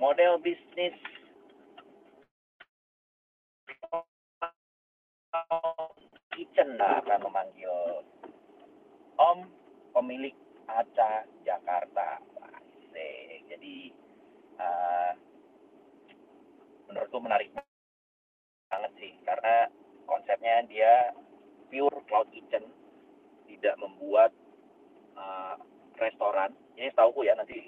model bisnis kitchen akan memanggil Om pemilik Aca Jakarta. Asik. Jadi menurutku menarik banget sih karena konsepnya dia pure cloud kitchen, tidak membuat restoran. Ini setahuku ya, nanti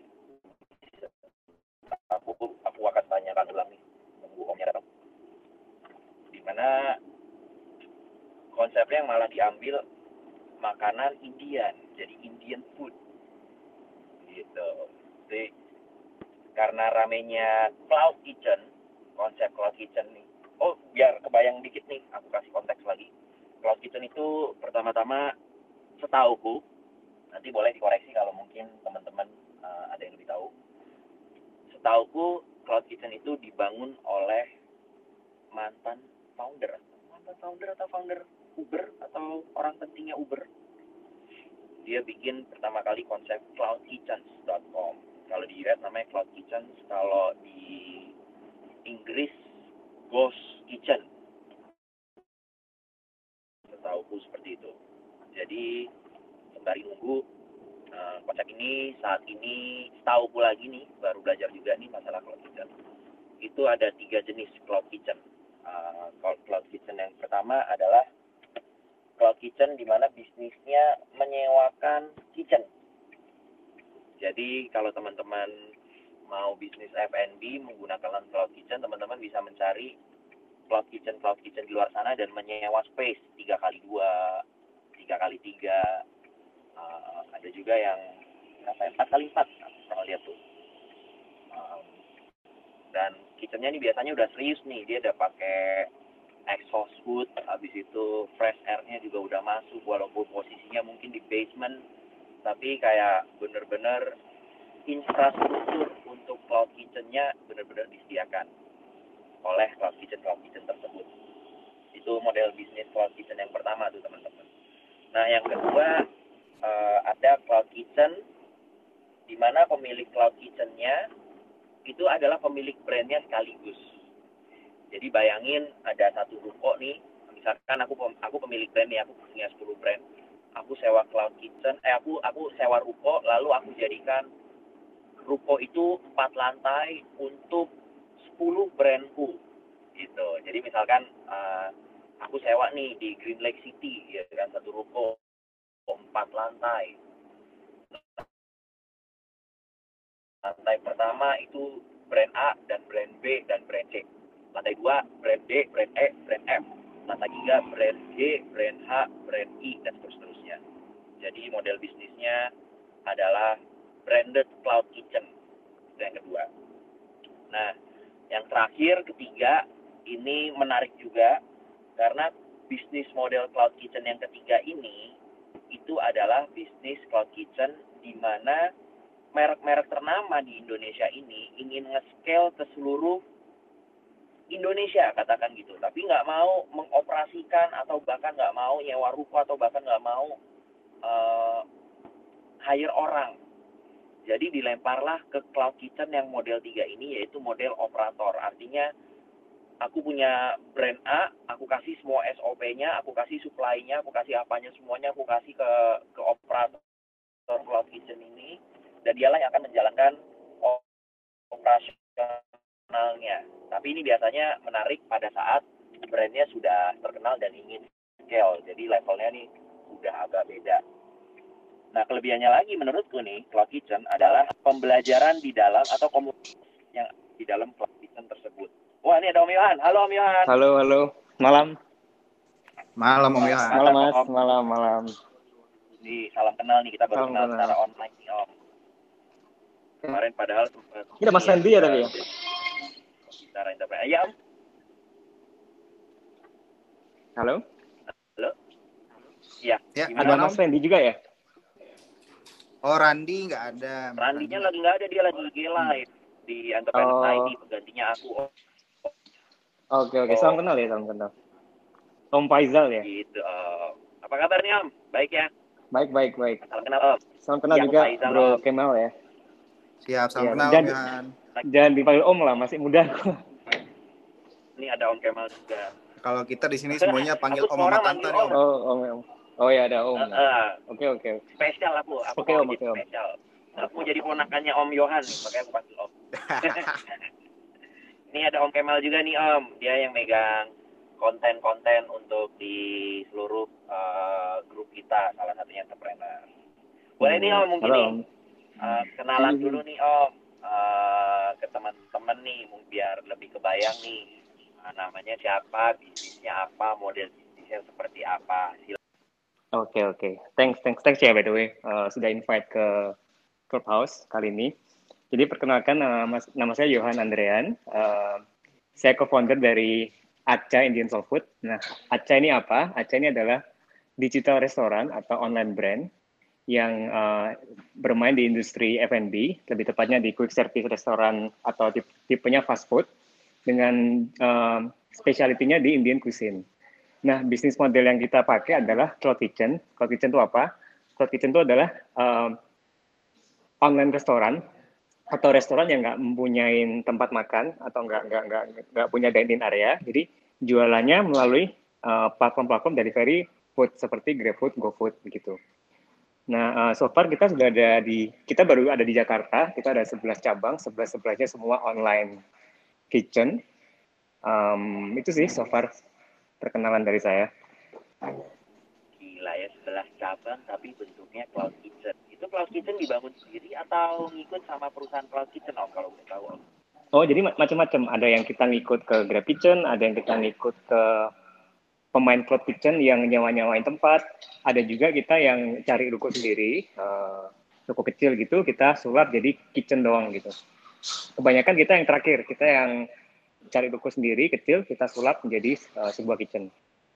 aku akan tanyakan ulang nih nunggu Omnya datang. Dimana konsepnya yang malah diambil makanan Indian, jadi Indian food gitu. Jadi karena ramenya cloud kitchen, konsep cloud kitchen nih. Oh, biar kebayang dikit nih, aku kasih konteks lagi. Cloud kitchen itu pertama-tama setauku, nanti boleh dikoreksi kalau mungkin teman-teman ada yang lebih tahu. Setauku cloud kitchen itu dibangun oleh mantan founder atau founder Uber atau orang pentingnya Uber. Dia bikin pertama kali konsep cloudkitchens.com. Kalau di US namanya Cloud Kitchens, kalau di Inggris Ghost Kitchen. Setauku seperti itu. Jadi sembari nunggu konsep ini, saat ini setauku lagi nih, baru belajar juga nih masalah Cloud Kitchen. Itu ada 3 jenis Cloud Kitchen. Cloud Kitchen yang pertama adalah Cloud Kitchen di mana bisnisnya menyewakan kitchen. Jadi kalau teman-teman mau bisnis F&B menggunakan Cloud Kitchen, teman-teman bisa mencari Cloud Kitchen di luar sana dan menyewa space 3x2, 3x3. Ada juga yang 4x4, pernah lihat tuh. Dan kitchennya ini biasanya udah serius nih, dia udah pakai exhaust hood, habis itu fresh air-nya juga udah masuk, walaupun posisinya mungkin di basement, tapi kayak bener-bener infrastruktur untuk cloud kitchen-nya bener-bener disediakan oleh cloud kitchen tersebut. Itu model bisnis cloud kitchen yang pertama tuh teman-teman. Nah yang kedua ada cloud kitchen di mana pemilik cloud kitchen-nya itu adalah pemilik brand-nya sekaligus. Jadi bayangin ada satu ruko nih, misalkan aku pemilik brand nih, aku punya 10 brand. Aku sewa cloud kitchen, aku sewa ruko, lalu aku jadikan ruko itu 4 lantai untuk 10 brandku gitu. Jadi misalkan aku sewa nih di Green Lake City ya kan, satu ruko 4 lantai. Lantai pertama itu brand A dan brand B dan brand C. Lantai 2 brand D, brand E, brand F. Lantai 3 brand G, brand H, brand I dan seterusnya. Jadi model bisnisnya adalah branded cloud kitchen. Itu yang kedua. Nah, yang terakhir, ketiga, ini menarik juga karena bisnis model cloud kitchen yang ketiga ini itu adalah bisnis cloud kitchen di mana merek-merek ternama di Indonesia ini ingin nge-scale ke seluruh Indonesia, katakan gitu. Tapi nggak mau mengoperasikan atau bahkan nggak mau nyewa ruko atau bahkan nggak mau hire orang. Jadi dilemparlah ke cloud kitchen yang model 3 ini, yaitu model operator. Artinya aku punya brand A, aku kasih semua SOP-nya, aku kasih supply-nya, aku kasih apanya semuanya, aku kasih ke operator cloud kitchen ini, dan dialah yang akan menjalankan operasionalnya. Tapi ini biasanya menarik pada saat brandnya sudah terkenal dan ingin scale. Jadi levelnya nih udah agak beda. Nah, kelebihannya lagi menurutku nih, cloud kitchen adalah pembelajaran di dalam atau komunitas yang di dalam cloud kitchen tersebut. Wah, ini ada Om Yohan. Halo Om Yohan. Halo. Malam Om Yohan. Malam Mas, malam. Di salam kenal nih, kita baru kenal secara online nih Om. Kemarin padahal sempat. Ini Mas Randy ya tadi ya? Secara internet. Ya Om. Halo. Iya. Ya, ada Mas Randy juga ya? Oh, Randy nggak ada. Randy-nya lagi nggak ada, dia lagi live di Entrepreneur ID, penggantinya aku. Oke. Salam kenal. Om Faizal ya? Gitu. Apa kabar nih Om? Baik ya? Baik. Salam kenal Om. Salam kenal juga Faizal, Bro Kemal ya. Siap, salam kenal Om Yohan. Jangan dipanggil Om lah, masih muda. Ini ada Om Kemal juga. Kalau kita di sini semuanya panggil Aku Om semua sama orang Tante manggil nih, Om. Om. Om. Oh ya ada Om. Oke. Spesial aku Oke, mau Om, jadi Om. spesial. Aku mau jadi ponakannya Om Yohan nih, makanya aku panggil Om. Ini ada Om Kemal juga nih Om. Dia yang megang konten-konten untuk di seluruh grup kita, salah satunya entrepreneur. Boleh nih Om mungkin Halo, nih Om. kenalan dulu nih Om ke teman-teman nih, biar lebih kebayang nih namanya siapa, bisnisnya apa, model bisnisnya seperti apa. Oke. Thanks ya by the way sudah invite ke Clubhouse kali ini. Jadi perkenalkan nama saya Johan Andrean. Saya co-founder dari Aca Indian Soul Food. Nah, Aca ini apa? Aca ini adalah digital restoran atau online brand yang bermain di industri F&B, lebih tepatnya di quick service restoran atau tipenya fast food dengan specialty-nya di Indian cuisine. Nah, bisnis model yang kita pakai adalah cloud kitchen. Cloud kitchen itu apa? Cloud kitchen itu adalah online restoran atau restoran yang nggak mempunyai tempat makan atau nggak punya dine-in area. Jadi jualannya melalui platform-platform delivery food seperti GrabFood, GoFood begitu. Nah, so far kita baru ada di Jakarta. Kita ada 11 cabang, 11-11-nya semua online kitchen. Itu sih so far perkenalan dari saya. Gila ya, 11 cabang tapi bentuknya cloud kitchen. Itu cloud kitchen dibangun sendiri atau ngikut sama perusahaan cloud kitchen Om, kalau boleh tahu Om? Oh, jadi macam-macam. Ada yang kita ngikut ke Grab Kitchen, ada yang kita ngikut ke pemain cloud kitchen yang nyawa-nyawain tempat. Ada juga kita yang cari ruko sendiri, ruko kecil gitu, kita sulap jadi kitchen doang gitu. Kebanyakan kita yang terakhir, kita yang cari ruko sendiri kecil, kita sulap menjadi sebuah kitchen.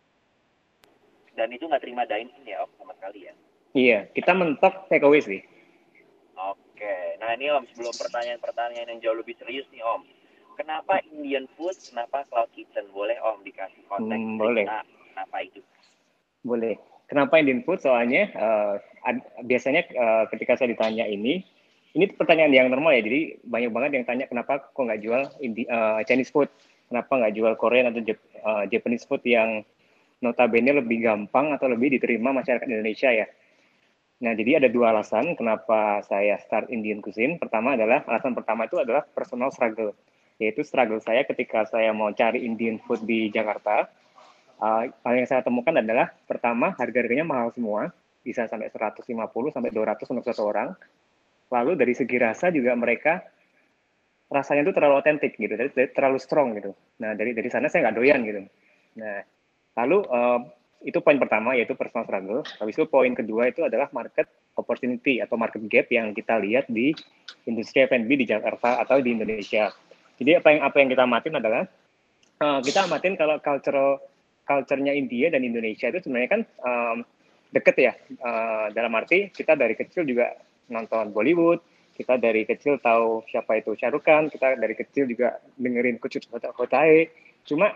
Dan itu nggak terima dine-in ya Om sama sekali ya? Iya, kita mentok take away sih. Oke, nah ini Om, sebelum pertanyaan-pertanyaan yang jauh lebih serius nih Om, kenapa Indian food, kenapa cloud kitchen? Boleh Om dikasih konteks boleh. Kenapa itu? Boleh. Kenapa Indian food? Soalnya biasanya ketika saya ditanya ini pertanyaan yang normal ya. Jadi banyak banget yang tanya kenapa kok nggak jual Chinese food, kenapa nggak jual Korean atau Japanese food yang notabene lebih gampang atau lebih diterima masyarakat Indonesia ya. Nah, jadi ada dua alasan kenapa saya start Indian cuisine. Alasan pertama itu adalah personal struggle, yaitu struggle saya ketika saya mau cari Indian food di Jakarta. Hal yang saya temukan adalah pertama harga-harganya mahal semua, bisa sampai 150 sampai 200 untuk satu orang. Lalu dari segi rasa juga mereka rasanya itu terlalu otentik gitu, terlalu strong gitu. Nah, dari sana saya nggak doyan gitu. Nah, lalu itu poin pertama yaitu personal struggle. Habis itu poin kedua itu adalah market opportunity atau market gap yang kita lihat di industri F&B di Jakarta atau di Indonesia. Jadi apa yang kita amatin adalah kita amatin kalau culture-nya India dan Indonesia itu sebenarnya kan deket ya. Dalam arti kita dari kecil juga nonton Bollywood, kita dari kecil tahu siapa itu Shah Rukh Khan, kita dari kecil juga dengerin Kucut Hotahe. Cuma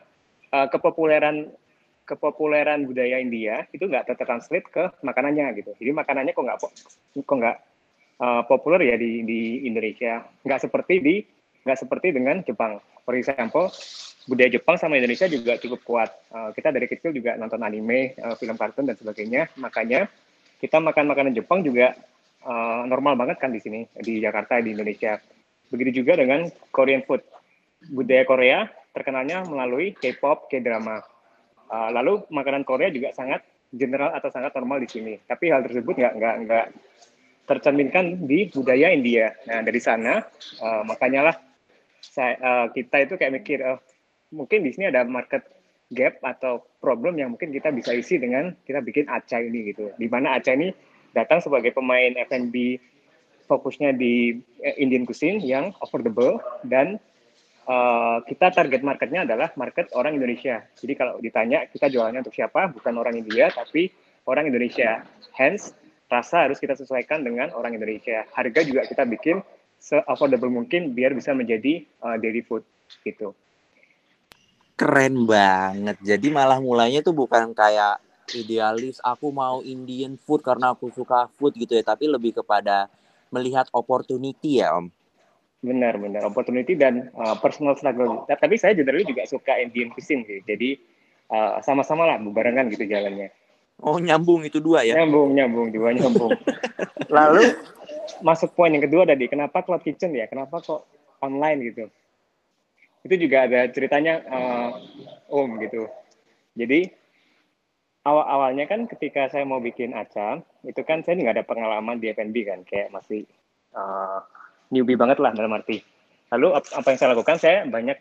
kepopuleran budaya India itu nggak tertranslate ke makanannya gitu. Jadi makanannya kok nggak populer ya di Indonesia. Nggak seperti dengan Jepang. For example, budaya Jepang sama Indonesia juga cukup kuat. Kita dari kecil juga nonton anime, film kartun dan sebagainya. Makanya kita makan makanan Jepang juga normal banget kan di sini di Jakarta di Indonesia. Begitu juga dengan Korean food. Budaya Korea terkenalnya melalui K-pop, K-drama. Lalu makanan Korea juga sangat general atau sangat normal di sini. Tapi hal tersebut nggak tercerminkan di budaya India. Nah dari sana makanya lah kita itu kayak mikir mungkin di sini ada market gap atau problem yang mungkin kita bisa isi dengan kita bikin Aca ini gitu. Di mana Aca ini datang sebagai pemain F&B fokusnya di Indian cuisine yang affordable dan kita target marketnya adalah market orang Indonesia. Jadi kalau ditanya kita jualannya untuk siapa, bukan orang India, tapi orang Indonesia. Hence, rasa harus kita sesuaikan dengan orang Indonesia. Harga juga kita bikin se-affordable mungkin biar bisa menjadi daily food gitu. Keren banget. Jadi malah mulainya tuh bukan kayak idealis, aku mau Indian food karena aku suka food gitu ya, tapi lebih kepada melihat opportunity ya Om. Benar opportunity dan personal struggle. Tapi saya generally juga suka Indian cuisine sih. Jadi sama-sama lah barengan gitu jalannya. Oh, nyambung itu dua ya? Nyambung, dua nyambung. Lalu masuk poin yang kedua tadi, kenapa cloud kitchen ya? Kenapa kok online gitu? Itu juga ada ceritanya Om gitu. Jadi awalnya kan ketika saya mau bikin acar, itu kan saya nggak ada pengalaman di F&B kan, kayak masih newbie banget lah dalam arti. Lalu apa yang saya lakukan? Saya banyak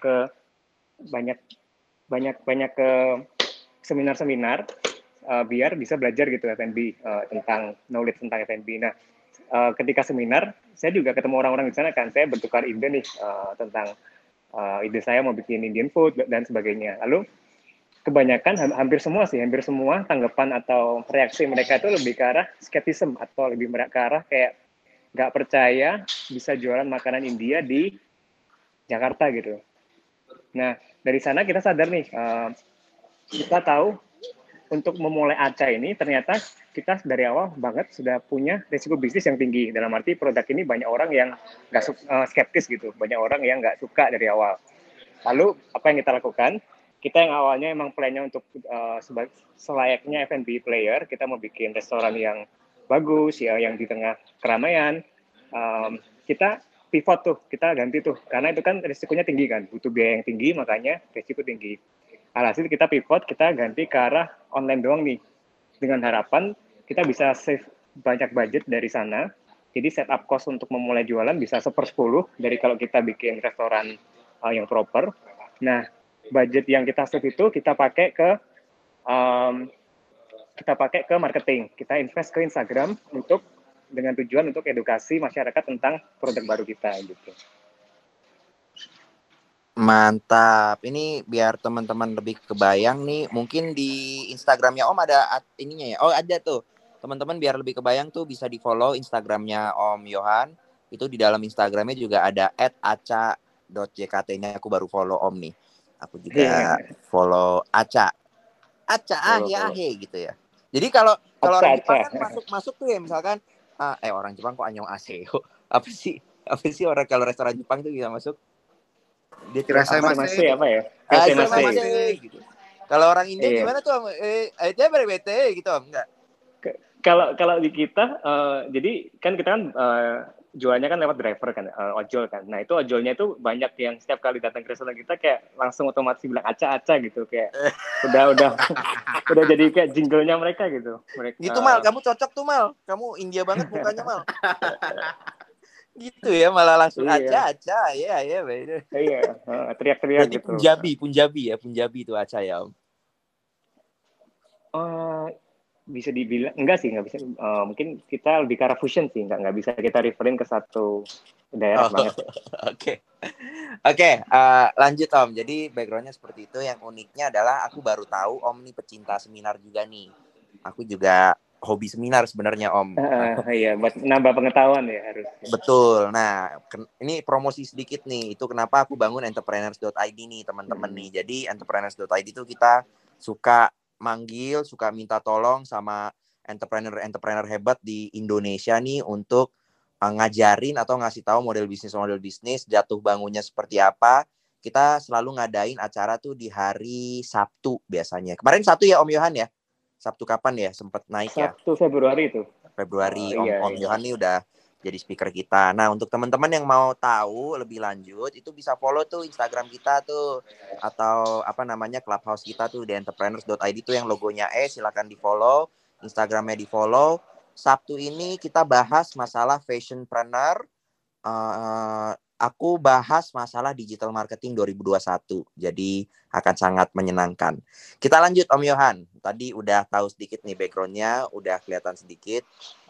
ke seminar-seminar biar bisa belajar gitu F&B tentang knowledge tentang F&B. Nah, ketika seminar, saya juga ketemu orang-orang di sana kan, saya bertukar ide nih tentang ide saya mau bikin Indian food dan sebagainya. Lalu kebanyakan hampir semua tanggapan atau reaksi mereka itu lebih ke arah skeptism atau lebih ke arah kayak nggak percaya bisa jualan makanan India di Jakarta gitu. Nah, dari sana kita sadar nih, kita tahu untuk memulai Aca ini ternyata kita dari awal banget sudah punya risiko bisnis yang tinggi. Dalam arti produk ini banyak orang yang nggak skeptis gitu, banyak orang yang nggak suka dari awal. Lalu apa yang kita lakukan? Kita yang awalnya emang plannya untuk selayaknya F&B player, kita mau bikin restoran yang bagus ya, yang di tengah keramaian. Kita pivot tuh, kita ganti tuh, karena itu kan risikonya tinggi kan, butuh biaya yang tinggi, makanya risiko tinggi. Alhasil kita pivot, kita ganti ke arah online doang nih, dengan harapan kita bisa save banyak budget dari sana. Jadi setup cost untuk memulai jualan bisa 1/10 dari kalau kita bikin restoran yang proper. Nah, budget yang kita save itu kita pakai ke marketing. Kita invest ke Instagram dengan tujuan untuk edukasi masyarakat tentang produk baru kita gitu. Mantap. Ini biar teman-teman lebih kebayang nih, mungkin di Instagramnya Om ada ininya ya. Oh, ada tuh. Teman-teman biar lebih kebayang tuh bisa di-follow Instagramnya Om Yohan. Itu di dalam Instagramnya juga ada @aca.jkt. Ini aku baru follow Om nih. Aku juga follow Aca. Aca ahe gitu ya. Jadi kalau orang Jepang kan masuk tuh ya, misalkan orang Jepang kok anyong aseo. Apa sih orang kalau restoran Jepang tuh bisa masuk? Dia masih apa ya? Masih gitu. Kalau orang Indo gimana tuh? Dia berbete gitu Om, enggak? Kalau di kita jadi kan kita kan jualnya kan lewat driver kan, ojol kan. Nah, itu ojolnya itu banyak yang setiap kali datang ke restoran kita kayak langsung otomatis bilang aca gitu, kayak udah jadi kayak jinglenya mereka gitu. Gitu Mal, kamu cocok tuh Mal. Kamu India banget mukanya Mal. Gitu ya, malah langsung aca ya. Iya, teriak-teriak gitu. Punjabi itu aca ya Om. Bisa dibilang enggak sih, nggak bisa. Mungkin kita lebih ke arah fusion sih, nggak bisa kita referin ke satu daerah banget. Oke, lanjut Om. Jadi backgroundnya seperti itu. Yang uniknya adalah aku baru tahu Om nih pecinta seminar juga nih. Aku juga hobi seminar sebenarnya Om. Iya, buat nambah pengetahuan ya harus. Betul. Nah, ini promosi sedikit nih. Itu kenapa aku bangun entrepreneurs.id nih teman-teman nih. Jadi entrepreneurs.id itu kita suka minta tolong sama entrepreneur hebat di Indonesia nih untuk ngajarin atau ngasih tahu model bisnis jatuh bangunnya seperti apa. Kita selalu ngadain acara tuh di hari Sabtu biasanya. Kemarin Sabtu ya Om Yohan ya? Sabtu kapan ya sempat naik ya? Sabtu Februari itu. Februari Om Yohan nih udah jadi speaker kita. Nah, untuk teman-teman yang mau tahu lebih lanjut, itu bisa follow tuh Instagram kita tuh. Atau Clubhouse kita tuh di entrepreneurs.id tuh yang logonya silakan di-follow. Instagramnya di-follow. Sabtu ini kita bahas masalah fashionpreneur. Aku bahas masalah digital marketing 2021. Jadi akan sangat menyenangkan. Kita lanjut Om Yohan. Tadi udah tahu sedikit nih backgroundnya, udah kelihatan sedikit.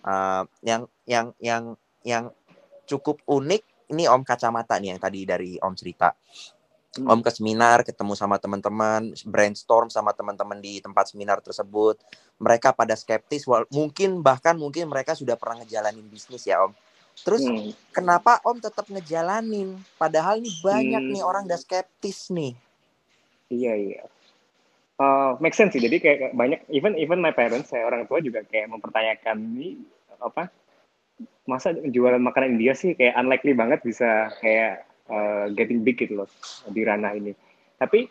Yang cukup unik ini Om kacamata nih yang tadi dari Om cerita. Om ke seminar, ketemu sama teman-teman, brainstorm sama teman-teman di tempat seminar tersebut. Mereka pada skeptis, mungkin mereka sudah pernah ngejalanin bisnis ya Om. Terus kenapa Om tetap ngejalanin? Padahal nih banyak nih orang udah skeptis nih. Iya. Make sense sih. Jadi kayak banyak even my parents, saya orang tua juga kayak mempertanyakan ini masa jualan makanan India sih kayak unlikely banget bisa kayak getting big gitu loh di ranah ini. Tapi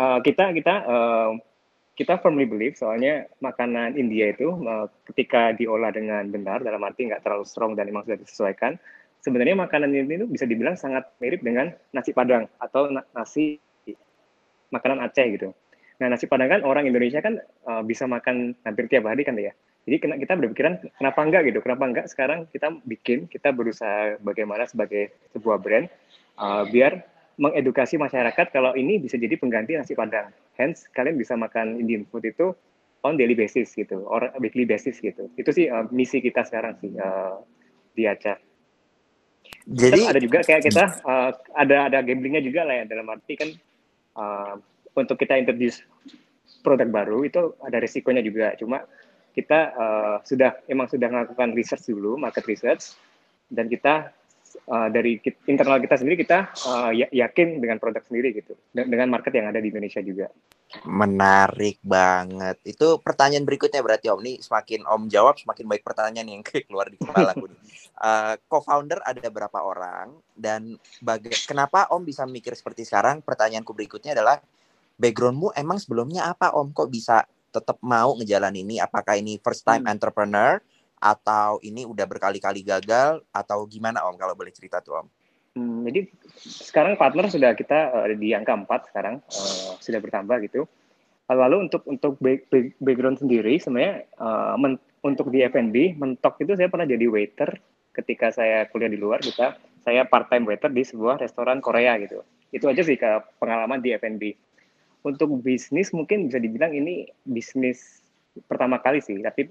kita firmly believe soalnya makanan India itu ketika diolah dengan benar dalam arti nggak terlalu strong dan memang sudah disesuaikan, sebenarnya makanan ini itu bisa dibilang sangat mirip dengan nasi Padang atau nasi makanan Aceh gitu. Nah, nasi Padang kan orang Indonesia kan bisa makan hampir tiap hari kan ya. Jadi kita berpikiran kenapa enggak gitu, kenapa enggak sekarang kita berusaha bagaimana sebagai sebuah brand biar mengedukasi masyarakat kalau ini bisa jadi pengganti nasi Padang. Hence kalian bisa makan Indian food itu on daily basis gitu, or weekly basis gitu. Itu sih misi kita sekarang sih di Aca. Terus Jadi ada juga kayak kita ada gamblingnya juga lah ya, dalam arti kan untuk kita introduce produk baru itu ada risikonya juga. Cuma kita emang sudah melakukan research dulu, market research, dan kita dari internal kita sendiri kita yakin dengan produk sendiri gitu, dengan market yang ada di Indonesia juga. menarik banget. Itu pertanyaan berikutnya berarti Om. Nih semakin Om jawab semakin baik pertanyaan yang keluar di kepala aku nih. Co-founder ada berapa orang dan kenapa Om bisa mikir seperti sekarang? Pertanyaanku berikutnya adalah backgroundmu emang sebelumnya apa Om? Kok bisa tetap mau ngejalan ini? Apakah ini first time entrepreneur atau ini udah berkali-kali gagal atau gimana Om kalau boleh cerita tuh Om? Jadi sekarang partner sudah kita di angka 4 sekarang, sudah bertambah gitu. Lalu untuk background sendiri sebenarnya untuk di F&B mentok itu saya pernah jadi waiter ketika saya kuliah di luar. Saya part time waiter di sebuah restoran Korea gitu. Itu aja sih pengalaman di F&B. Untuk bisnis mungkin bisa dibilang ini bisnis pertama kali sih, tapi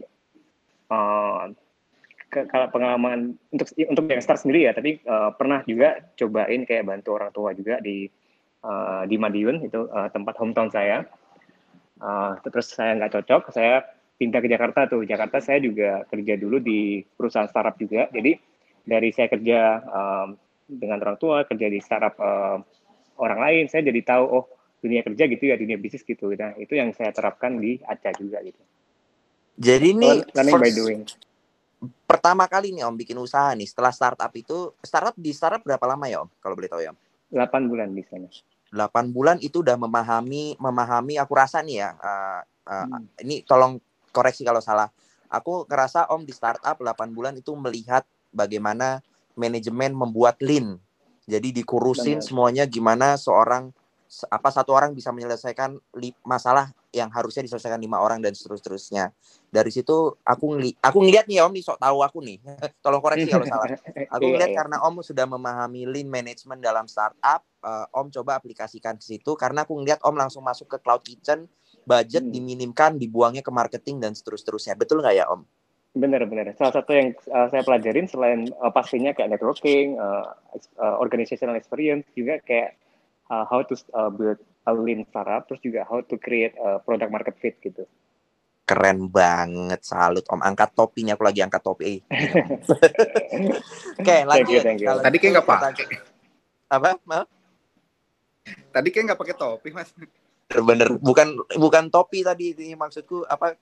kalau pengalaman untuk yang start sendiri ya, tapi pernah juga cobain kayak bantu orang tua juga di Madiun, itu tempat hometown saya. Terus saya nggak cocok, saya pindah ke Jakarta tuh. Jakarta saya juga kerja dulu di perusahaan startup juga. Jadi dari saya kerja dengan orang tua, kerja di startup orang lain, saya jadi tahu oh dunia kerja gitu ya, dunia bisnis gitu. Nah itu yang saya terapkan di Aca juga gitu. Jadi ini learning by doing. Pertama kali nih Om bikin usaha nih setelah startup itu, startup berapa lama ya Om kalau boleh tahu ya Om? 8 bulan di sana. 8 bulan itu udah memahami aku rasa nih ya, ini tolong koreksi kalau salah. Aku ngerasa Om di startup 8 bulan itu melihat bagaimana manajemen membuat lean. Jadi dikurusin semuanya gimana satu orang bisa menyelesaikan masalah yang harusnya diselesaikan 5 orang dan seterusnya. Dari situ aku ngeliat nih Om nih, sok tahu aku nih. Tolong koreksi kalau salah. Aku ngeliat karena Om sudah memahami lean management dalam startup, Om coba aplikasikan ke situ karena aku ngeliat Om langsung masuk ke cloud kitchen, budget diminimkan, dibuangnya ke marketing dan seterusnya. Betul nggak ya Om? Benar. Salah satu yang saya pelajarin selain pastinya kayak networking, organizational experience, juga kayak how to build a lean startup, terus juga how to create product market fit gitu. Keren banget, salut Om. Angkat topinya, aku lagi angkat topi. Oke, lanjut. Thank you. Tadi kayak nggak pakai. Apa? Tadi kayak nggak pakai topi Mas. Bener, bukan topi tadi, ini maksudku apa?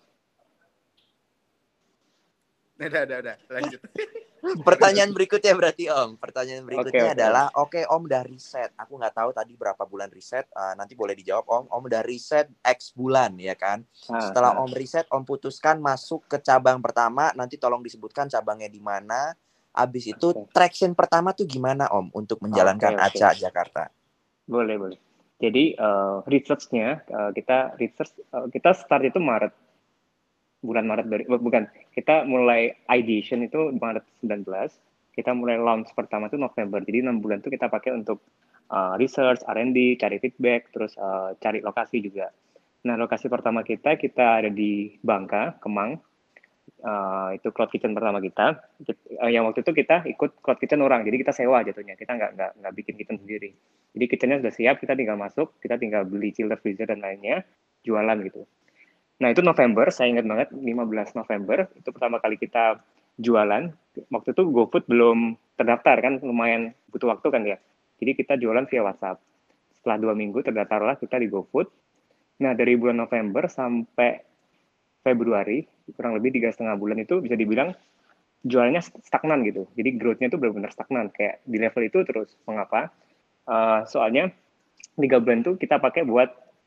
Udah, lanjut. Pertanyaan berikutnya berarti Om. Pertanyaan berikutnya Okay. adalah, oke, Om udah riset. Aku nggak tahu tadi berapa bulan riset. Nanti boleh dijawab Om. Om udah riset X bulan ya kan. Setelah Om riset, Om putuskan masuk ke cabang pertama. Nanti tolong disebutkan cabangnya di mana. Abis itu traction pertama tuh gimana Om untuk menjalankan Aca Jakarta? Boleh. Jadi research-nya kita start itu bulan Maret kita mulai ideation itu Maret 19, kita mulai launch pertama itu November. Jadi 6 bulan itu kita pakai untuk research, R&D, cari feedback, terus cari lokasi juga. Nah, lokasi pertama kita ada di Bangka, Kemang. Itu cloud kitchen pertama kita. Yang waktu itu kita ikut cloud kitchen orang, jadi kita sewa jatuhnya. Kita nggak bikin kitchen sendiri. Jadi kitchennya sudah siap, kita tinggal masuk, kita tinggal beli chiller, freezer dan lainnya, jualan gitu. Nah itu November, saya ingat banget 15 November itu pertama kali kita jualan. Waktu itu GoFood belum terdaftar kan, lumayan butuh waktu kan ya. Jadi kita jualan via WhatsApp. Setelah 2 minggu terdaftarlah kita di GoFood. Nah dari bulan November sampai Februari, kurang lebih 3,5 bulan itu bisa dibilang jualannya stagnan gitu. Jadi growth-nya itu benar-benar stagnan, kayak di level itu terus. Mengapa? Soalnya 3 bulan itu kita pakai buat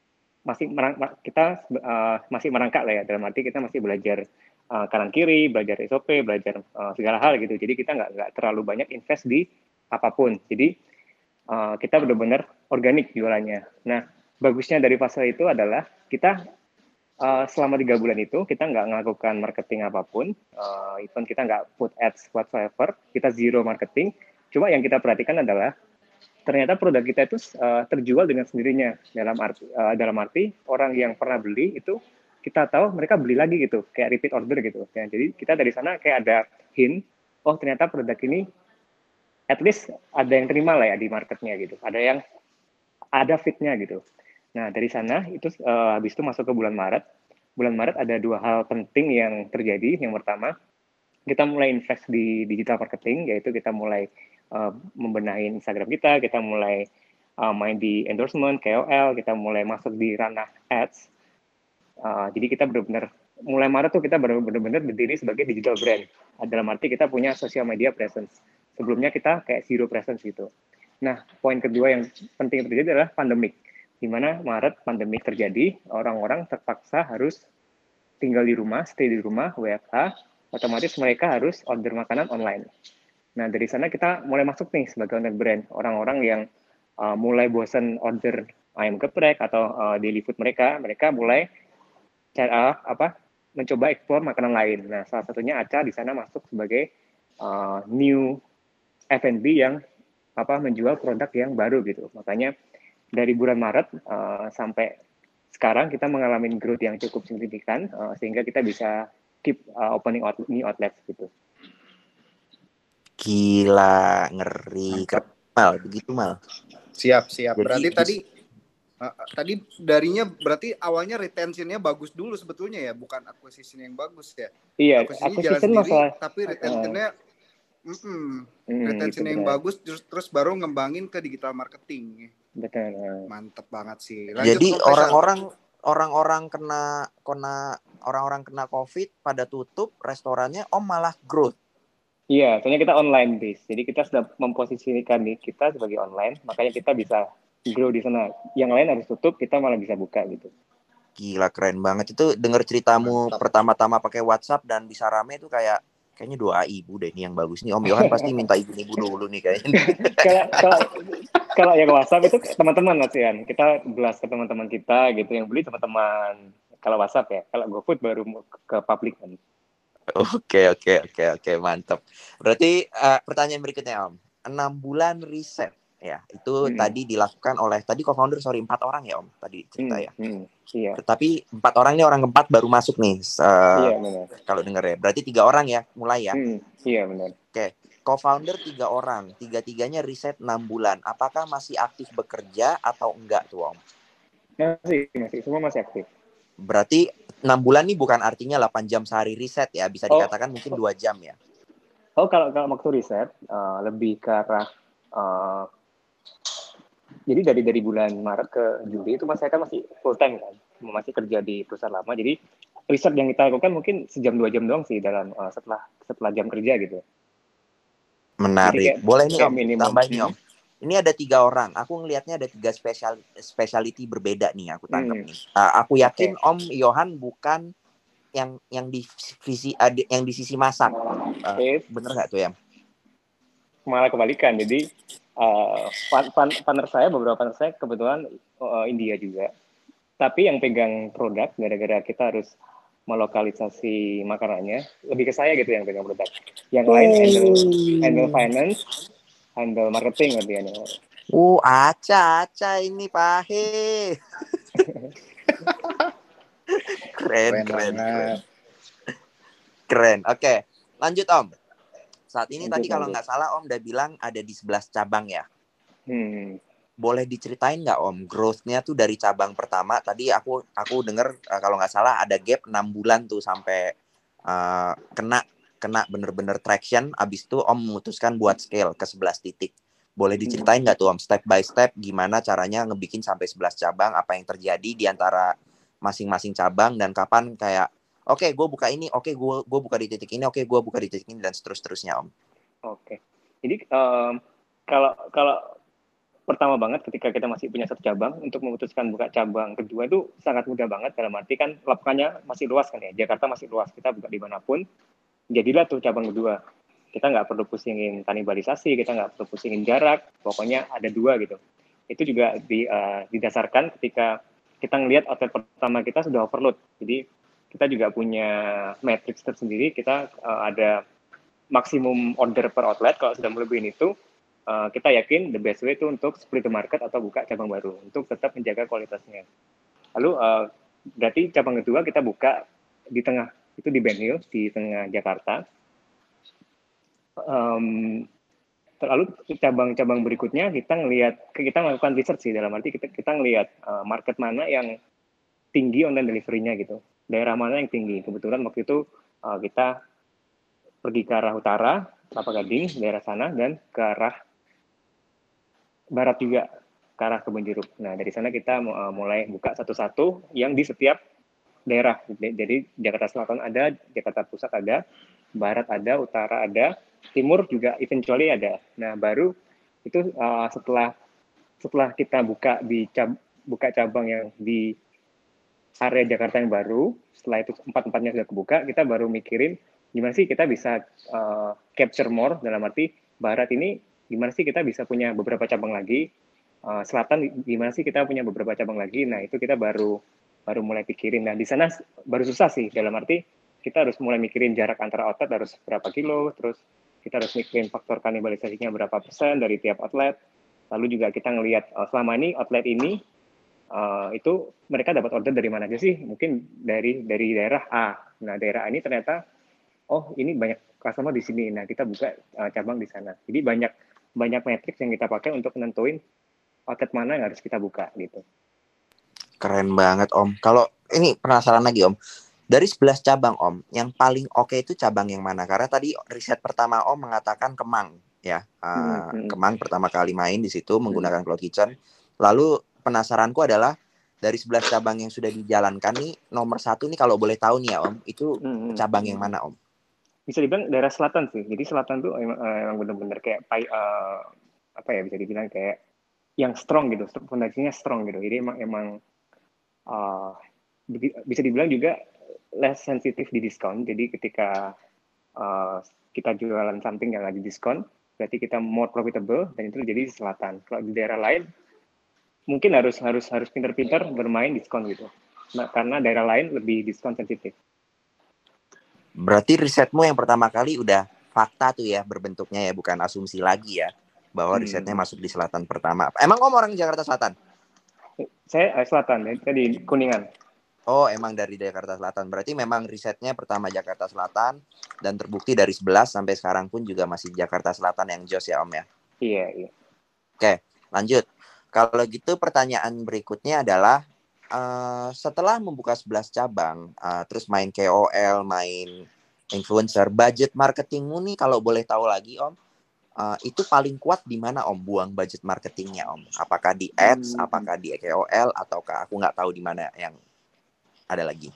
masih merangkak lah ya, dalam arti kita masih belajar kanan kiri, belajar SOP, belajar segala hal gitu. Jadi kita nggak terlalu banyak invest di apapun. Jadi kita benar-benar organik jualannya. Nah, bagusnya dari fase itu adalah kita selama 3 bulan itu kita nggak melakukan marketing apapun, even kita nggak put ads whatsoever, kita zero marketing. Cuma yang kita perhatikan adalah ternyata produk kita itu terjual dengan sendirinya, dalam arti orang yang pernah beli itu kita tahu mereka beli lagi gitu, kayak repeat order gitu ya. Jadi kita dari sana kayak ada hint, oh ternyata produk ini at least ada yang terima lah ya di marketnya gitu, ada fitnya gitu. Nah dari sana itu habis itu masuk ke bulan Maret ada 2 hal penting yang terjadi. Yang pertama, kita mulai invest di digital marketing, yaitu kita mulai membenahi Instagram kita mulai main di endorsement, KOL, kita mulai masuk di ranah ads. Jadi kita benar-benar mulai Maret tuh kita benar-benar berdiri sebagai digital brand. Dalam arti kita punya social media presence. Sebelumnya kita kayak zero presence gitu. Nah, poin kedua yang penting terjadi adalah pandemik. Di mana Maret pandemik terjadi, orang-orang terpaksa harus tinggal di rumah, stay di rumah, WFH, otomatis mereka harus order makanan online. Nah, dari sana kita mulai masuk nih sebagai online brand. Orang-orang yang mulai bosan order ayam geprek atau daily food mereka mulai mencoba ekspor makanan lain. Nah, salah satunya Aca di sana masuk sebagai new F&B yang menjual produk yang baru gitu. Makanya dari bulan Maret sampai sekarang kita mengalami growth yang cukup signifikan sehingga kita bisa keep opening new outlets gitu. Gila, ngeri. Mal, begitu Mal. Siap. Jadi, Berarti tadi darinya berarti awalnya retentionnya bagus dulu sebetulnya ya, bukan acquisition yang bagus ya. Iya, acquisition jalan sendiri, masalah, tapi retentionnya retention yang bagus, terus baru ngembangin ke digital marketing. Betul. Mantep banget sih. Lanjut, jadi orang-orang kena COVID pada tutup restorannya, Om malah growth. Iya, soalnya kita online base. Jadi kita sudah memposisikan nih kita sebagai online, makanya kita bisa grow di sana. Yang lain harus tutup, kita malah bisa buka gitu. Gila, keren banget. Itu dengar ceritamu pertama-tama pakai WhatsApp dan bisa rame itu kayaknya doa ibu deh nih yang bagus nih. Om Yohan pasti minta ibu dulu nih kayaknya. Kalau yang WhatsApp itu teman-teman Mas Ian. Kita belas ke teman-teman kita gitu, yang beli teman-teman. Kalau WhatsApp ya, kalau GoFood baru ke publik kan. Oke, mantap. Berarti pertanyaan berikutnya Om. 6 bulan riset ya, itu tadi dilakukan oleh co-founder 4 orang ya Om tadi cerita ya. Iya. Tapi 4 orang ini orang keempat baru masuk nih. Iya benar. Kalau denger ya, berarti 3 orang ya mulai ya. Iya benar. Oke, co-founder 3 orang, 3-3-nya riset 6 bulan. Apakah masih aktif bekerja atau enggak tuh Om? Masih, semua masih aktif. Berarti 6 bulan nih bukan artinya 8 jam sehari riset ya, bisa dikatakan mungkin 2 jam ya. Kalau waktu riset lebih ke arah jadi dari bulan Maret ke Juli itu saya kan masih full time kan, masih kerja di perusahaan lama. Jadi riset yang kita lakukan mungkin sejam 2 jam doang sih dalam setelah jam kerja gitu. Menarik. Boleh nih Om, tambahin nih Om. Ini ada 3 orang. Aku ngelihatnya ada 3 specialty berbeda nih. Aku tangkap nih. Aku yakin Om Yohan bukan yang di sisi masak. Bener nggak tuh ya? Malah kebalikan. Jadi beberapa partner saya kebetulan India juga. Tapi yang pegang produk gara-gara kita harus melokalisasi makanannya lebih ke saya gitu yang pegang produk. Yang lain handle finance, handle marketing artinya. Aca ini pahe. Keren. Oke, lanjut Om. Saat ini tadi kalau nggak salah Om udah bilang ada di 11 cabang ya. Boleh diceritain nggak Om growth-nya tuh dari cabang pertama? Tadi aku dengar kalau nggak salah ada gap 6 bulan tuh sampai kena bener-bener traction. Abis itu Om memutuskan buat scale ke 11 titik. Boleh diceritain nggak tuh Om step by step gimana caranya ngebikin sampai 11 cabang? Apa yang terjadi di antara masing-masing cabang dan kapan kayak Oke, gue buka ini, oke, gue buka di titik ini, oke, gue buka di titik ini, dan seterusnya, Om. Oke. Jadi kalau kalau pertama banget ketika kita masih punya satu cabang, untuk memutuskan buka cabang kedua itu sangat mudah banget, dalam arti kan lapangannya masih luas kan ya, Jakarta masih luas, kita buka dimanapun, jadilah tuh cabang kedua. Kita nggak perlu pusingin kanibalisasi, kita nggak perlu pusingin jarak, pokoknya ada dua gitu. Itu juga didasarkan ketika kita ngelihat outlet pertama kita sudah overload. Jadi kita juga punya matrix tersendiri, kita ada maksimum order per outlet. Kalau sudah melebihi itu, kita yakin the best way itu untuk split the market atau buka cabang baru untuk tetap menjaga kualitasnya. Lalu berarti cabang kedua kita buka di tengah, itu di Ben Hill di tengah Jakarta. Lalu cabang-cabang berikutnya kita melakukan research sih, dalam arti kita ngelihat market mana yang tinggi online delivery-nya gitu, daerah mana yang tinggi. Kebetulan waktu itu kita pergi ke arah utara, Kelapa Gading, daerah sana, dan ke arah barat juga, ke arah Kebon Jeruk. Nah, dari sana kita mulai buka satu-satu yang di setiap daerah. Jadi Jakarta Selatan ada, Jakarta Pusat ada, barat ada, utara ada, timur juga eventually ada. Nah, baru itu setelah kita buka cabang yang di area Jakarta yang baru, setelah itu empat-empatnya sudah kebuka, kita baru mikirin gimana sih kita bisa capture more, dalam arti barat ini gimana sih kita bisa punya beberapa cabang lagi, selatan gimana sih kita punya beberapa cabang lagi. Nah, itu kita baru mulai pikirin. Nah, di sana baru susah sih, dalam arti kita harus mulai mikirin jarak antara outlet harus berapa kilo, terus kita harus mikirin faktor kanibalisasinya berapa persen dari tiap outlet. Lalu juga kita ngelihat selama ini outlet ini itu mereka dapat order dari mana aja sih? Mungkin dari daerah A. Nah, daerah A ini ternyata ini banyak customer di sini. Nah, kita buka cabang di sana. Jadi banyak matrix yang kita pakai untuk nentuin outlet mana yang harus kita buka gitu. Keren banget, Om. Kalau ini penasaran lagi, Om. Dari 11 cabang, Om, yang paling oke itu cabang yang mana? Karena tadi riset pertama Om mengatakan Kemang, ya. Kemang pertama kali main di situ menggunakan cloud kitchen. Lalu penasaranku adalah dari 11 cabang yang sudah dijalankan nih, nomor 1 nih kalau boleh tahu nih ya, Om, itu cabang yang mana, Om? Bisa dibilang daerah selatan sih. Jadi selatan tuh emang benar-benar kayak bisa dibilang kayak yang strong gitu, fondasinya strong gitu. Jadi emang bisa dibilang juga less sensitif di diskon. Jadi ketika kita jualan something yang lagi diskon, berarti kita more profitable, dan itu jadi di selatan. Kalau di daerah lain mungkin harus pintar-pintar bermain diskon gitu. Nah, karena daerah lain lebih diskon sensitif. Berarti risetmu yang pertama kali udah fakta tuh ya berbentuknya ya, bukan asumsi lagi ya, bahwa risetnya masuk di selatan pertama. Emang Om orang Jakarta Selatan? Saya selatan, saya di Kuningan. Oh, emang dari Jakarta Selatan. Berarti memang risetnya pertama Jakarta Selatan, dan terbukti dari 11 sampai sekarang pun juga masih Jakarta Selatan yang jos ya, Om ya? Iya. Oke, lanjut. Kalau gitu pertanyaan berikutnya adalah, setelah membuka 11 cabang, terus main KOL, main influencer, budget marketingmu nih kalau boleh tahu lagi, Om, itu paling kuat di mana, Om, buang budget marketingnya, Om? Apakah di ads, apakah di KOL, ataukah aku nggak tahu di mana yang ada lagi?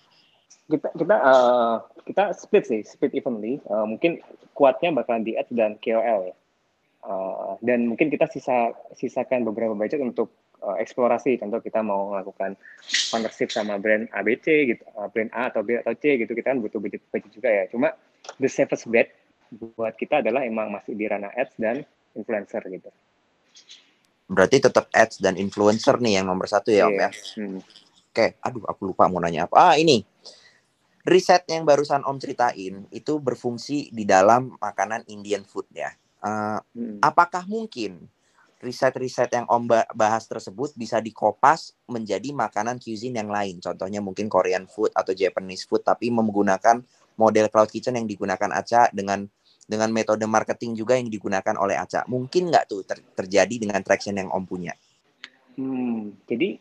Kita split evenly. Mungkin kuatnya bakalan di ads dan KOL ya. Dan mungkin kita sisakan beberapa budget untuk eksplorasi. Contoh kita mau melakukan partnership sama brand ABC gitu, brand A atau B atau C gitu, kita kan butuh budget juga ya. Cuma the safest bet buat kita adalah emang masih di ranah ads dan influencer gitu. Berarti tetap ads dan influencer nih yang nomor 1 ya, Om ya? Oke, aduh aku lupa mau nanya apa. Ini riset yang barusan Om ceritain itu berfungsi di dalam makanan Indian food ya. Apakah mungkin riset-riset yang Om bahas tersebut bisa dikopas menjadi makanan cuisine yang lain? Contohnya mungkin Korean food atau Japanese food, tapi menggunakan model cloud kitchen yang digunakan Aca dengan metode marketing juga yang digunakan oleh Aca. Mungkin nggak tuh terjadi dengan traction yang Om punya? Jadi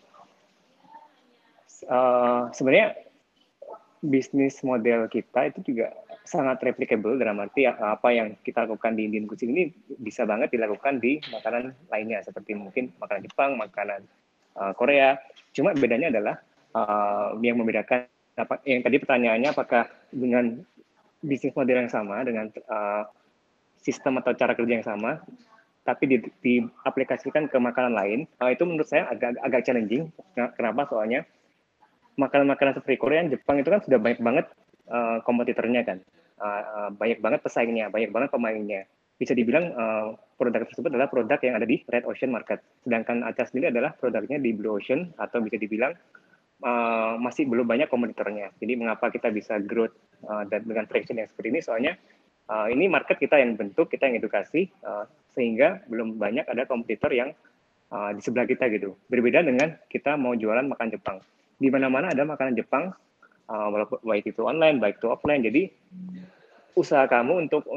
sebenarnya bisnis model kita itu juga sangat replicable, dalam arti apa yang kita lakukan di Indian cuisine ini bisa banget dilakukan di makanan lainnya, seperti mungkin makanan Jepang, makanan Korea. Cuma bedanya adalah yang membedakan yang tadi pertanyaannya apakah dengan bisnis model yang sama, dengan sistem atau cara kerja yang sama, tapi diaplikasikan ke makanan lain, itu menurut saya agak challenging. Kenapa? Soalnya makanan-makanan seperti Korea, Jepang itu kan sudah banyak banget kompetitornya kan, banyak banget pesaingnya, banyak banget pemainnya. Bisa dibilang produk tersebut adalah produk yang ada di Red Ocean Market. Sedangkan Aca sendiri adalah produknya di Blue Ocean, atau bisa dibilang masih belum banyak kompetitornya. Jadi mengapa kita bisa growth dan dengan traction yang seperti ini? Soalnya ini market kita yang bentuk, kita yang edukasi, sehingga belum banyak ada kompetitor yang di sebelah kita gitu. Berbeda dengan kita mau jualan makan Jepang. Di mana-mana ada makanan Jepang, baik itu online, baik itu offline. Jadi usaha kamu untuk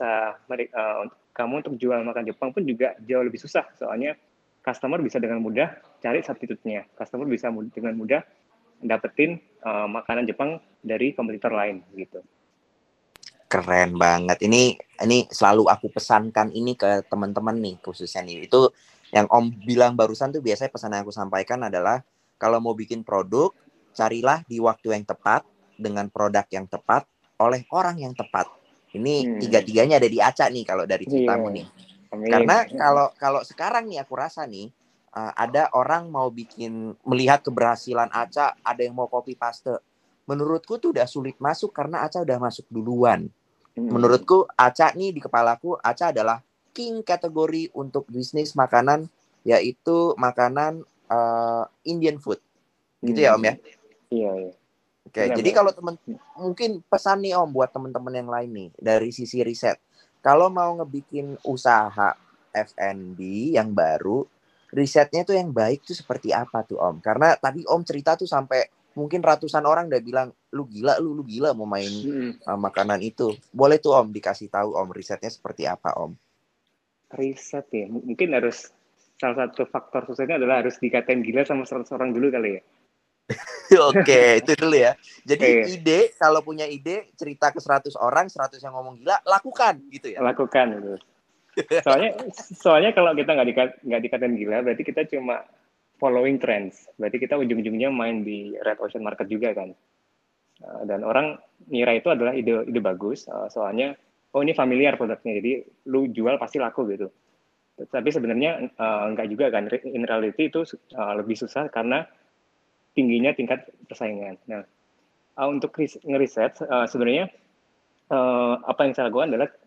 kamu untuk jual makan Jepang pun juga jauh lebih susah. Soalnya customer bisa dengan mudah cari substitute-nya. Customer bisa dengan mudah dapetin makanan Jepang dari kompetitor lain gitu. Keren banget. Ini selalu aku pesankan ini ke teman-teman nih, khususnya nih. Itu yang Om bilang barusan tuh, biasanya pesan yang aku sampaikan adalah kalau mau bikin produk, carilah di waktu yang tepat, dengan produk yang tepat, oleh orang yang tepat. Ini tiga-tiganya ada di Aca nih kalau dari ceritamu nih. Amin. Karena kalau sekarang nih aku rasa nih, ada orang mau melihat keberhasilan Aca, ada yang mau copy paste. Menurutku tuh udah sulit masuk karena Aca udah masuk duluan. Menurutku Aca nih, di kepalaku Aca adalah king kategori untuk bisnis makanan, yaitu makanan Indian food. Gitu ya Om ya? Iya. Oke, jadi kalau mungkin pesan nih Om buat teman-teman yang lain nih dari sisi riset. Kalau mau ngebikin usaha F&B yang baru, risetnya tuh yang baik tuh seperti apa tuh Om? Karena tadi Om cerita tuh sampai mungkin ratusan orang udah bilang, lu gila mau main makanan itu. Boleh tuh Om dikasih tahu Om risetnya seperti apa Om? Riset ya, mungkin harus salah satu faktor suksesnya adalah harus dikatain gila sama 100 orang dulu kali ya. Oke, itu dulu ya. Jadi ide, kalau punya ide, cerita ke 100 orang, 100 yang ngomong gila, lakukan gitu ya. Lakukan gitu. Soalnya kalau kita nggak dikatain gila, berarti kita cuma following trends. Berarti kita ujung-ujungnya main di Red Ocean Market juga kan. Dan orang ngira itu adalah ide bagus, soalnya ini familiar produknya, jadi lu jual pasti laku gitu. Tapi sebenarnya nggak juga kan. In reality itu lebih susah karena tingginya tingkat persaingan. Nah, untuk ngeriset sebenarnya apa yang saya lakukan adalah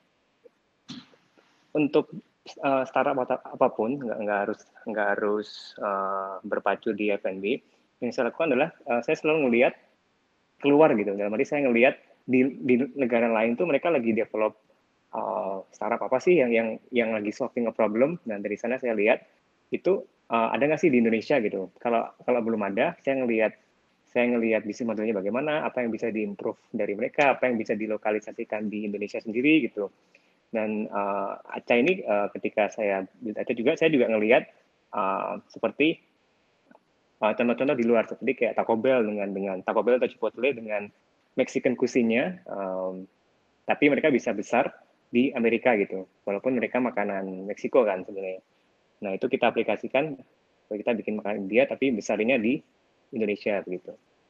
untuk startup apapun, nggak harus berpacu di F&B. Yang saya lakukan adalah saya selalu ngelihat keluar gitu. Dalam arti saya ngelihat di negara lain tuh mereka lagi develop startup apa sih yang lagi solving a problem. Dan dari sana saya lihat itu ada nggak sih di Indonesia gitu. Kalau belum ada, saya ngelihat bisnis modelnya bagaimana, apa yang bisa diimprove dari mereka, apa yang bisa dilokalisasikan di Indonesia sendiri gitu. Dan Aca ini ketika saya build Aca juga, saya juga ngelihat seperti contoh-contoh di luar, seperti kayak Taco Bell dengan Taco Bell atau Chipotle dengan Mexican cuisine-nya, tapi mereka bisa besar di Amerika gitu, walaupun mereka makanan Meksiko kan sebenarnya. Nah itu kita aplikasikan, kita bikin makanan India tapi besarnya di Indonesia begitu.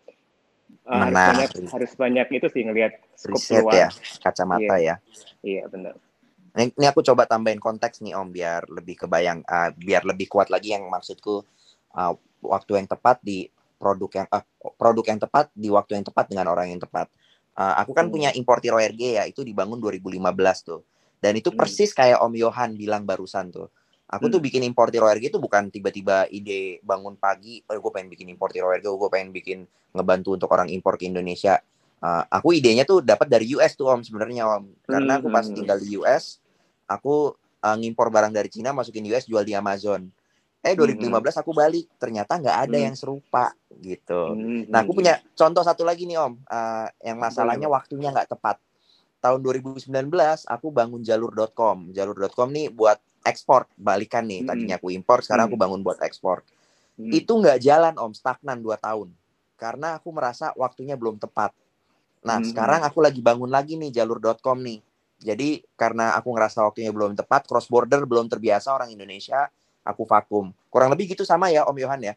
Harus banyak itu sih ngelihat scope luar ya, kacamata ya. Iya benar. Ini aku coba tambahin konteks nih Om biar lebih kebayang, biar lebih kuat lagi yang maksudku, waktu yang tepat di produk yang tepat di waktu yang tepat dengan orang yang tepat. Aku kan punya importir ORG ya, itu dibangun 2015 tuh. Dan itu persis kayak Om Yohan bilang barusan tuh. Aku tuh bikin importir ORG itu bukan tiba-tiba ide bangun pagi, gue pengen bikin importir ORG, gue pengen bikin ngebantu untuk orang impor ke Indonesia. Aku idenya tuh dapat dari US tuh Om sebenarnya Om. Karena aku pas tinggal di US, aku ngimpor barang dari Cina, masukin US, jual di Amazon. 2015 aku balik, ternyata nggak ada yang serupa gitu. Nah aku punya contoh satu lagi nih Om, yang masalahnya waktunya nggak tepat. Tahun 2019 aku bangun jalur.com. Jalur.com nih buat ekspor, balikan nih. Tadinya aku impor, sekarang aku bangun buat ekspor. Itu nggak jalan Om, stagnan 2 tahun. Karena aku merasa waktunya belum tepat. Nah sekarang aku lagi bangun lagi nih jalur.com nih. Jadi karena aku ngerasa waktunya belum tepat, cross border belum terbiasa orang Indonesia, aku vakum. Kurang lebih gitu sama ya Om Yohan ya?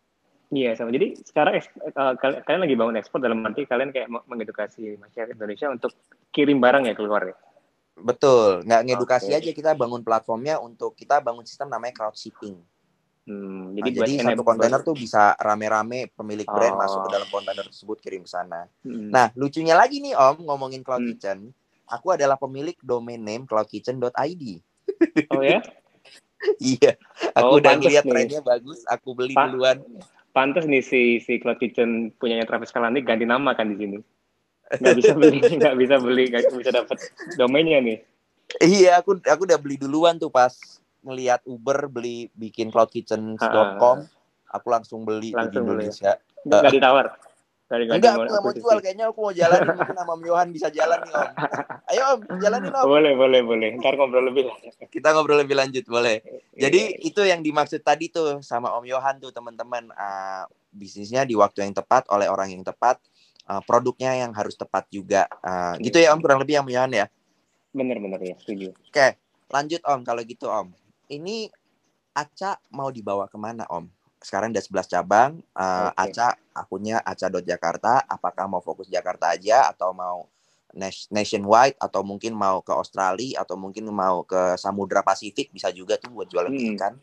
Iya sama. Jadi sekarang kalian lagi bangun ekspor dalam arti kalian kayak mengedukasi masyarakat Indonesia untuk kirim barang ya keluar ya. Betul, nggak ngedukasi Oke. aja, kita bangun platformnya untuk kita bangun sistem namanya crowd shipping. Jadi Nah, buat jadi satu enable. kontainer tuh bisa rame-rame pemilik brand masuk ke Oh. dalam kontainer tersebut kirim ke sana. Hmm. Nah, lucunya lagi nih Om, ngomongin Cloud Hmm. Kitchen, aku adalah pemilik domain name cloudkitchen.id. Oh ya? Iya, Oh aku udah pantes ngeliat nih. trennya bagus, aku beli duluan. Pantes nih si Cloud Kitchen punyanya Travis Kalanick ganti nama kan di sini. Nggak bisa beli, nggak bisa dapat domainnya nih. Iya, aku udah beli duluan tuh pas ngelihat Uber beli bikin cloudkitchen.com, aku langsung beli tuh di Langsung beli. Indonesia. Nggak ditawar. Enggak, aku nggak mau jual. Kayaknya aku mau jalanin. Mungkin sama Om Yohan bisa jalan nih Om. Ayo Om, jalanin Om. Boleh. Ntar ngobrol lebih lah. Kita ngobrol lebih lanjut, boleh. Jadi Iya. itu yang dimaksud tadi tuh sama Om Yohan tuh teman-teman. Bisnisnya di waktu yang tepat, oleh orang yang tepat. Produknya yang harus tepat juga. Gitu ya Om, kurang lebih Om Yohan ya. Bener ya, setuju. Oke, lanjut Om. Kalau gitu Om. Ini Aca mau dibawa kemana Om? Sekarang udah 11 cabang. Aca, akunnya aca.jakarta. Apakah mau fokus Jakarta aja atau mau nationwide atau mungkin mau ke Australia atau mungkin mau ke Samudra Pasifik, bisa juga tuh buat jualan ikan.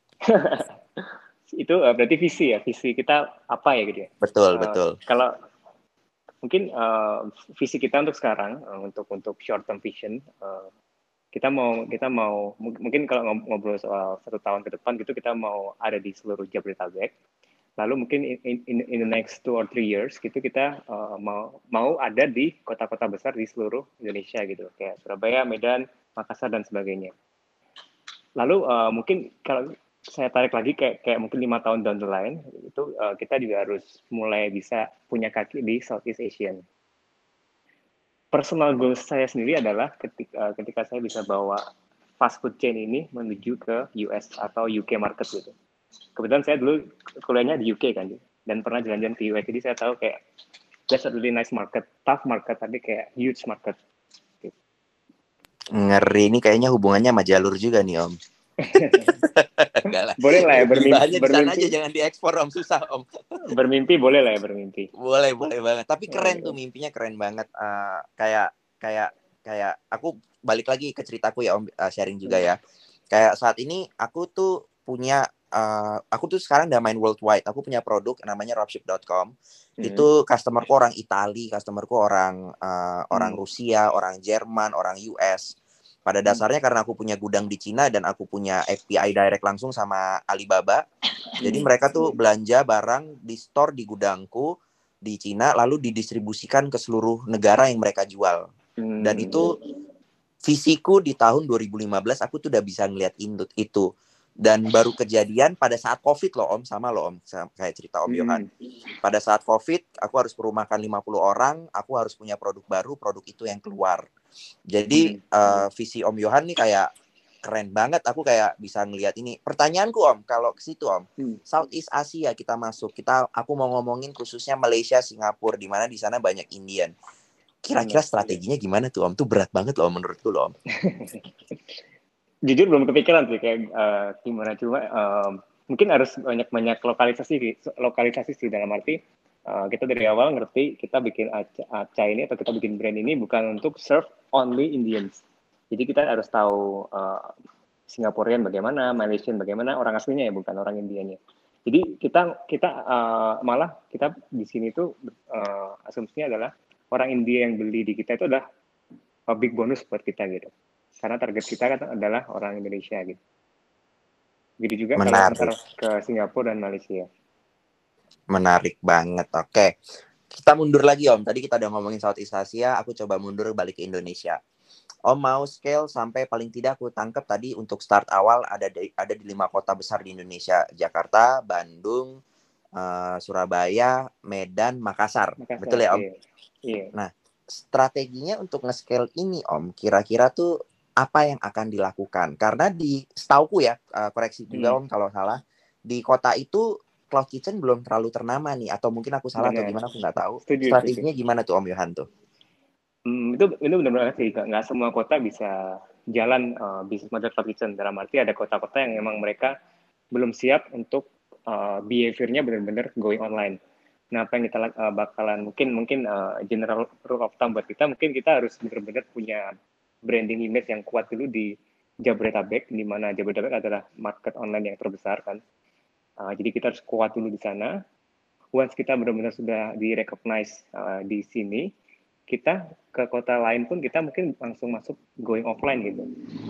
Itu berarti visi kita apa ya gitu ya? Betul. Kalau mungkin visi kita untuk sekarang untuk short term vision, kita mau mungkin kalau ngobrol soal 1 tahun ke depan gitu, kita mau ada di seluruh Jabodetabek. Lalu mungkin in the next 2 or 3 years gitu kita mau ada di kota-kota besar di seluruh Indonesia gitu, kayak Surabaya, Medan, Makassar dan sebagainya. Lalu mungkin kalau saya tarik lagi kayak mungkin 5 tahun down the line itu kita juga harus mulai bisa punya kaki di Southeast Asian. Personal goal saya sendiri adalah ketika saya bisa bawa fast food chain ini menuju ke US atau UK market gitu. Kebetulan saya dulu kuliahnya di UK kan, dan pernah jalan-jalan ke US, jadi saya tahu kayak that's a really nice market, tough market, tapi kayak huge market. Gitu. Ngeri, ini kayaknya hubungannya sama jalur juga nih Om. Enggak lah. Boleh lah ya, bermimpi di sana aja, jangan diekspor Om, susah Om. Bermimpi boleh lah ya, bermimpi. Boleh banget. Tapi keren tuh, mimpinya keren banget. Kayak aku balik lagi ke ceritaku ya Om, sharing juga ya. Kayak saat ini aku tuh punya aku tuh sekarang udah main worldwide. Aku punya produk namanya dropship.com. Itu customerku orang Itali, customerku orang Rusia, orang Jerman, orang US. Pada dasarnya karena aku punya gudang di Cina dan aku punya API direct langsung sama Alibaba. Jadi mereka tuh belanja barang di store di gudangku di Cina, lalu didistribusikan ke seluruh negara yang mereka jual. Dan itu visiku di tahun 2015, aku tuh udah bisa ngeliat itu. Dan baru kejadian pada saat COVID loh Om, sama loh Om, kayak cerita Om Yohan. Pada saat COVID, aku harus merumahkan 50 orang, aku harus punya produk baru, produk itu yang keluar. Jadi visi Om Yohan nih kayak keren banget, aku kayak bisa ngelihat ini. Pertanyaanku Om, kalau ke situ Om, Southeast Asia kita masuk, aku mau ngomongin khususnya Malaysia, Singapura, di mana di sana banyak Indian. Kira-kira strateginya gimana tuh Om? Tuh berat banget loh menurutku loh Om. Jujur belum kepikiran sih kayak gimana, cuma mungkin harus banyak lokalisasi sih, dalam arti kita dari awal ngerti kita bikin Aca ini atau kita bikin brand ini bukan untuk serve only Indians. Jadi kita harus tahu Singaporean bagaimana, Malaysian bagaimana, orang aslinya ya, bukan orang Indianya. Jadi kita malah kita di sini tuh asumsinya adalah orang India yang beli di kita itu adalah big bonus buat kita gitu. Karena target kita kan adalah orang Indonesia gitu. Begitu juga kalau antar ke Singapura dan Malaysia. Menarik banget. Oke. Kita mundur lagi Om. Tadi kita udah ngomongin Southeast Asia, aku coba mundur balik ke Indonesia. Om mau scale sampai paling tidak aku tangkap tadi untuk start awal ada di 5 kota besar di Indonesia. Jakarta, Bandung, Surabaya, Medan, Makassar. Betul ya Om? Iya. Nah, strateginya untuk nge-scale ini Om, kira-kira tuh apa yang akan dilakukan? Karena di setauku ya, koreksi juga Om kalau salah, di kota itu Cloud Kitchen belum terlalu ternama nih, atau mungkin aku salah atau gimana, aku nggak tahu. Strateginya gimana tuh Om Yohan tuh? Itu benar-benar sih, nggak semua kota bisa jalan bisnis model Cloud Kitchen. Dalam arti ada kota-kota yang memang mereka belum siap untuk behavior-nya benar-benar going online. Nah, apa yang kita bakalan mungkin general rule of thumb buat kita, mungkin kita harus benar-benar punya branding image yang kuat dulu di Jabodetabek, di mana Jabodetabek adalah market online yang terbesar kan. Jadi kita harus kuat dulu di sana. Once kita benar-benar sudah di-recognize di sini, kita ke kota lain pun kita mungkin langsung masuk going offline gitu.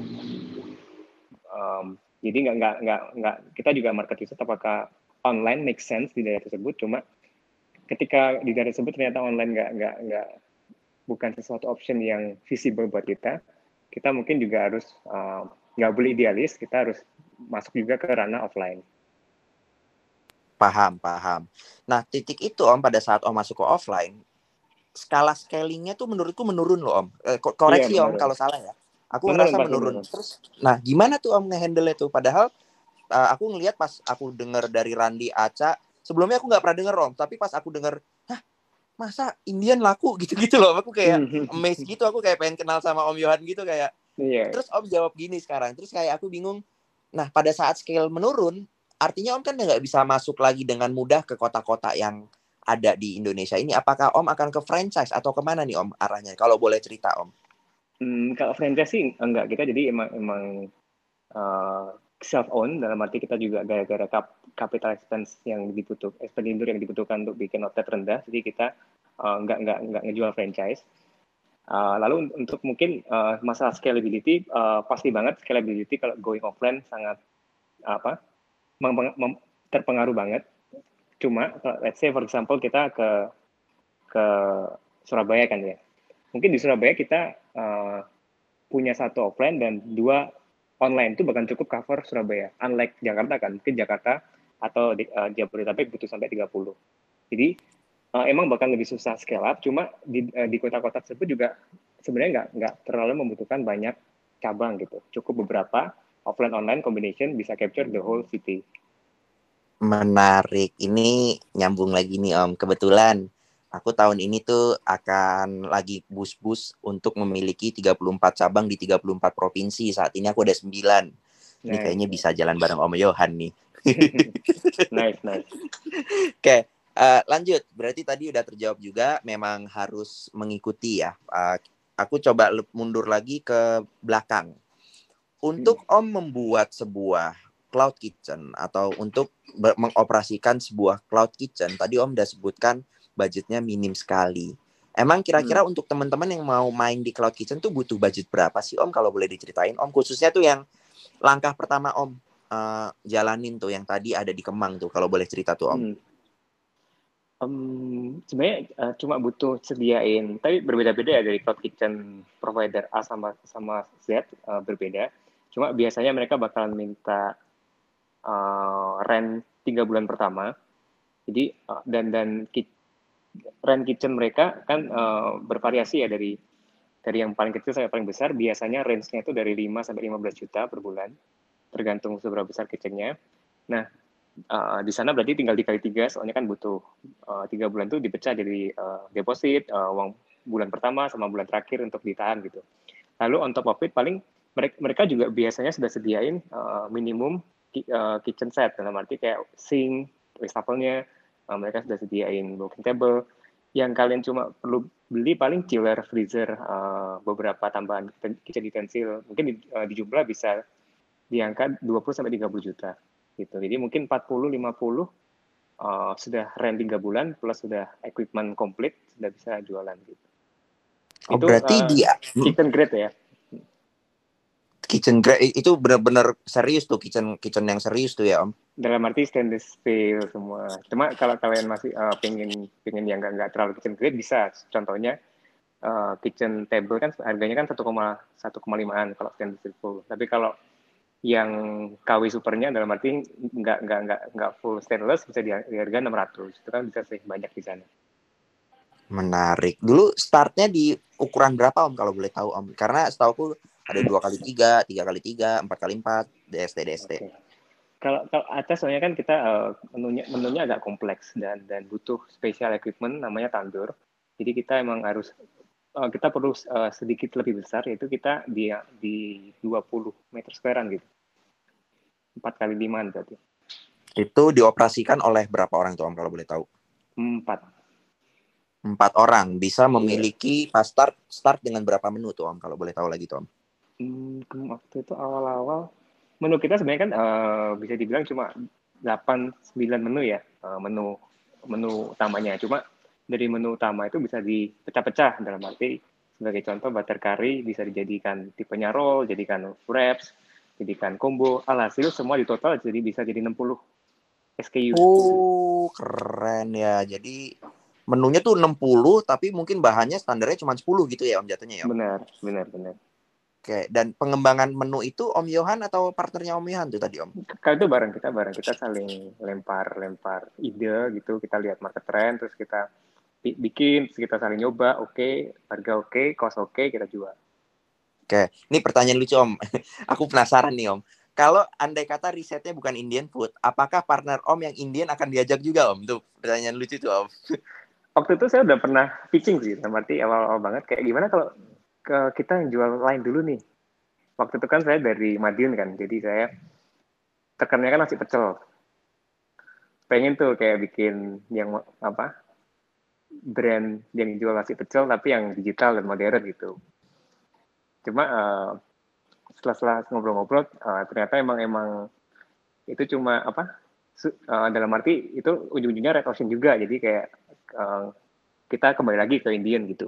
Jadi nggak kita juga market research apakah online make sense di daerah tersebut. Cuma ketika di daerah tersebut ternyata online nggak bukan sesuatu option yang visible buat kita, kita mungkin juga harus nggak boleh idealis, kita harus masuk juga ke ranah offline. Paham. Nah, titik itu Om, pada saat Om masuk ke offline, skala scalingnya tuh menurutku menurun loh Om. Koreksi Iya, Om kalau salah ya. Aku menurun, ngerasa menurun. Terus, nah gimana tuh Om nge-handle itu? Padahal aku ngelihat pas aku denger dari Randi Aca, sebelumnya aku nggak pernah denger Om, tapi pas aku denger, masa Indian laku gitu-gitu loh. Aku kayak amazed gitu, aku kayak pengen kenal sama Om Yohan gitu kayak. Iya. Terus Om jawab gini sekarang. Terus kayak aku bingung. Nah, pada saat scale menurun, artinya Om kan nggak bisa masuk lagi dengan mudah ke kota-kota yang ada di Indonesia ini. Apakah Om akan ke franchise atau kemana nih Om arahnya? Kalau boleh cerita Om. Kalau franchise sih enggak, kita jadi emang self own, dalam arti kita juga gara-gara capital expense yang expenditure yang dibutuhkan untuk bikin outlet rendah, jadi kita nggak ngejual franchise. Lalu untuk mungkin masalah scalability, pasti banget scalability kalau going offline sangat terpengaruh banget. Cuma let's say for example kita ke Surabaya kan ya. Mungkin di Surabaya kita punya 1 offline dan 2 online, itu bahkan cukup cover Surabaya. Unlike Jakarta kan, mungkin Jakarta atau Jabodetabek butuh sampai 30. Jadi emang bahkan lebih susah scale up, cuma di kota-kota tersebut juga sebenarnya nggak terlalu membutuhkan banyak cabang gitu. Cukup beberapa offline online combination bisa capture the whole city. Menarik. Ini nyambung lagi nih Om. Kebetulan aku tahun ini tuh akan lagi bus untuk memiliki 34 cabang di 34 provinsi. Saat ini aku ada 9. Ini kayaknya bisa jalan bareng Om Yohan nih. Nice. Oke, lanjut. Berarti tadi udah terjawab juga, memang harus mengikuti ya. Aku coba mundur lagi ke belakang. Untuk Om membuat sebuah cloud kitchen atau untuk mengoperasikan sebuah cloud kitchen, tadi Om udah sebutkan budgetnya minim sekali. Emang kira-kira untuk teman-teman yang mau main di cloud kitchen tuh butuh budget berapa sih Om, kalau boleh diceritain Om, khususnya tuh yang langkah pertama Om jalanin tuh yang tadi ada di Kemang tuh, kalau boleh cerita tuh Om. Sebenarnya cuma butuh sediain, tapi berbeda-beda ya dari cloud kitchen provider A sama Z, berbeda. Cuma biasanya mereka bakalan minta rent 3 bulan pertama. Jadi dan rent kitchen mereka kan bervariasi ya, dari yang paling kecil sampai paling besar. Biasanya range-nya itu dari 5 sampai 15 juta per bulan, tergantung seberapa besar kitchen-nya. Nah, di sana berarti tinggal dikali 3, soalnya kan butuh 3 bulan itu dipecah jadi deposit, uang bulan pertama sama bulan terakhir untuk ditahan gitu. Lalu on top of it, paling mereka juga biasanya sudah sediain minimum kitchen set, dalam arti kayak sink, wastafel-nya, mereka sudah sediain working table. Yang kalian cuma perlu beli paling chiller, freezer, beberapa tambahan kitchen utensil, mungkin di jumlah bisa di angka 20 sampai 30 juta gitu. Jadi mungkin 40 50 sudah rent 3 bulan plus sudah equipment komplit, sudah bisa jualan gitu. Itu berarti dia kitchen grade ya. Kitchen grade itu benar-benar serius tuh, kitchen yang serius tuh ya Om. Dalam arti stainless steel semua. Cuma kalau kalian masih pengen yang nggak terlalu kitchen grade, bisa. Contohnya kitchen table kan harganya kan 1,5an kalau stainless steel full. Tapi kalau yang KW supernya, dalam arti nggak full stainless, bisa di harga 600. Itu kan bisa sih banyak di sana. Menarik. Dulu startnya di ukuran berapa Om, kalau boleh tahu Om? Karena setahu aku ada 2x3, 3x3, 4x4, DST. Okay. Kalau atas soalnya kan kita menunya agak kompleks dan butuh special equipment namanya tandur. Jadi kita emang harus kita perlu sedikit lebih besar, yaitu kita di 20 meter squarean gitu. 4x5 berarti. Itu dioperasikan oleh berapa orang tuh Om kalau boleh tahu? 4. 4 orang. Bisa Iya. memiliki pas start dengan berapa menu tuh Om kalau boleh tahu lagi tuh Om? Waktu itu awal-awal menu kita sebenarnya kan bisa dibilang cuma 8-9 menu ya, menu utamanya. Cuma dari menu utama itu bisa dipecah-pecah, dalam arti sebagai contoh butter curry bisa dijadikan tipenya roll, jadikan wraps, jadikan combo. Alhasil semua di total jadi bisa jadi 60 SKU. Oh, keren ya. Jadi menunya tuh 60 tapi mungkin bahannya standarnya cuma 10 gitu ya Om jatuhnya ya Om? Benar. Oke, dan pengembangan menu itu Om Yohan atau partnernya Om Yohan tuh tadi Om? Kalau itu bareng kita saling lempar ide gitu, kita lihat market trend, terus kita bikin, terus kita saling nyoba, oke, harga oke, cost oke, kita jual. Oke, ini pertanyaan lucu Om. Aku penasaran nih Om. Kalau andai kata risetnya bukan Indian food, apakah partner Om yang Indian akan diajak juga Om? Tuh pertanyaan lucu tuh Om. Waktu itu saya udah pernah pitching sih, berarti awal-awal banget, kayak gimana kalau kita yang jual lain dulu nih. Waktu itu kan saya dari Madiun kan, jadi saya tekannya kan nasi pecel. Pengen tuh kayak bikin yang brand yang jual nasi pecel tapi yang digital dan modern gitu. Cuma setelah ngobrol-ngobrol ternyata emang itu cuma dalam arti itu ujung-ujungnya red ocean juga, jadi kayak kita kembali lagi ke Indian gitu.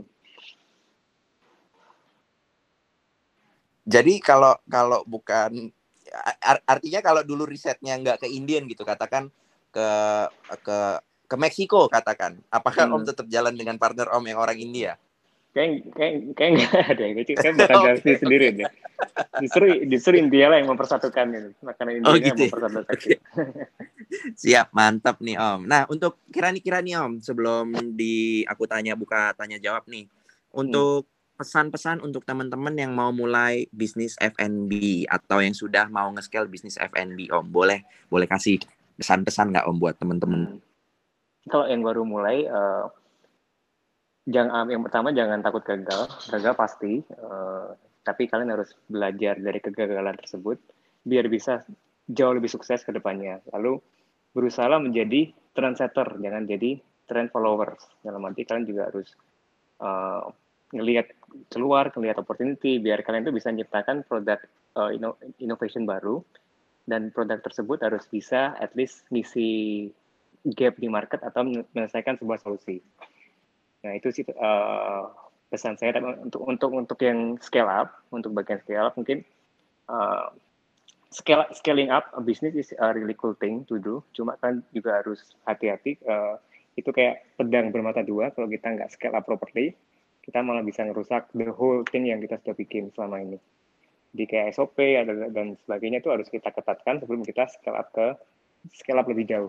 Jadi kalau bukan artinya kalau dulu risetnya nggak ke Indian gitu, katakan ke Meksiko katakan, apakah Om tetap jalan dengan partner Om yang orang India? Kayak nggak ada, kayak bakal jalan sendiri deh. Justru India lah yang mempersatukan gitu. Makanan India gitu yang mempersatukan. Okay. Siap, mantap nih Om. Nah, untuk kira nih Om, sebelum aku buka tanya jawab nih, untuk pesan-pesan untuk teman-teman yang mau mulai bisnis F&B atau yang sudah mau nge-scale bisnis F&B Om, boleh kasih pesan-pesan nggak Om buat teman-teman? Kalau yang baru mulai, yang pertama jangan takut gagal pasti, tapi kalian harus belajar dari kegagalan tersebut biar bisa jauh lebih sukses ke depannya. Lalu berusaha menjadi trendsetter, jangan jadi trend followers. Dalam arti kalian juga harus ngelihat opportunity, biar kalian itu bisa menciptakan produk innovation baru, dan produk tersebut harus bisa at least ngisi gap di market atau menyelesaikan sebuah solusi. Nah itu sih pesan saya. Untuk yang scale up, untuk bagian scale up mungkin scaling up a business is a really cool thing to do. Cuma kan juga harus hati-hati. Itu kayak pedang bermata dua. Kalau kita nggak scale up properly, kita malah bisa ngerusak the whole thing yang kita sudah bikin selama ini. Jadi kayak SOP dan sebagainya itu harus kita ketatkan sebelum kita scale up lebih jauh.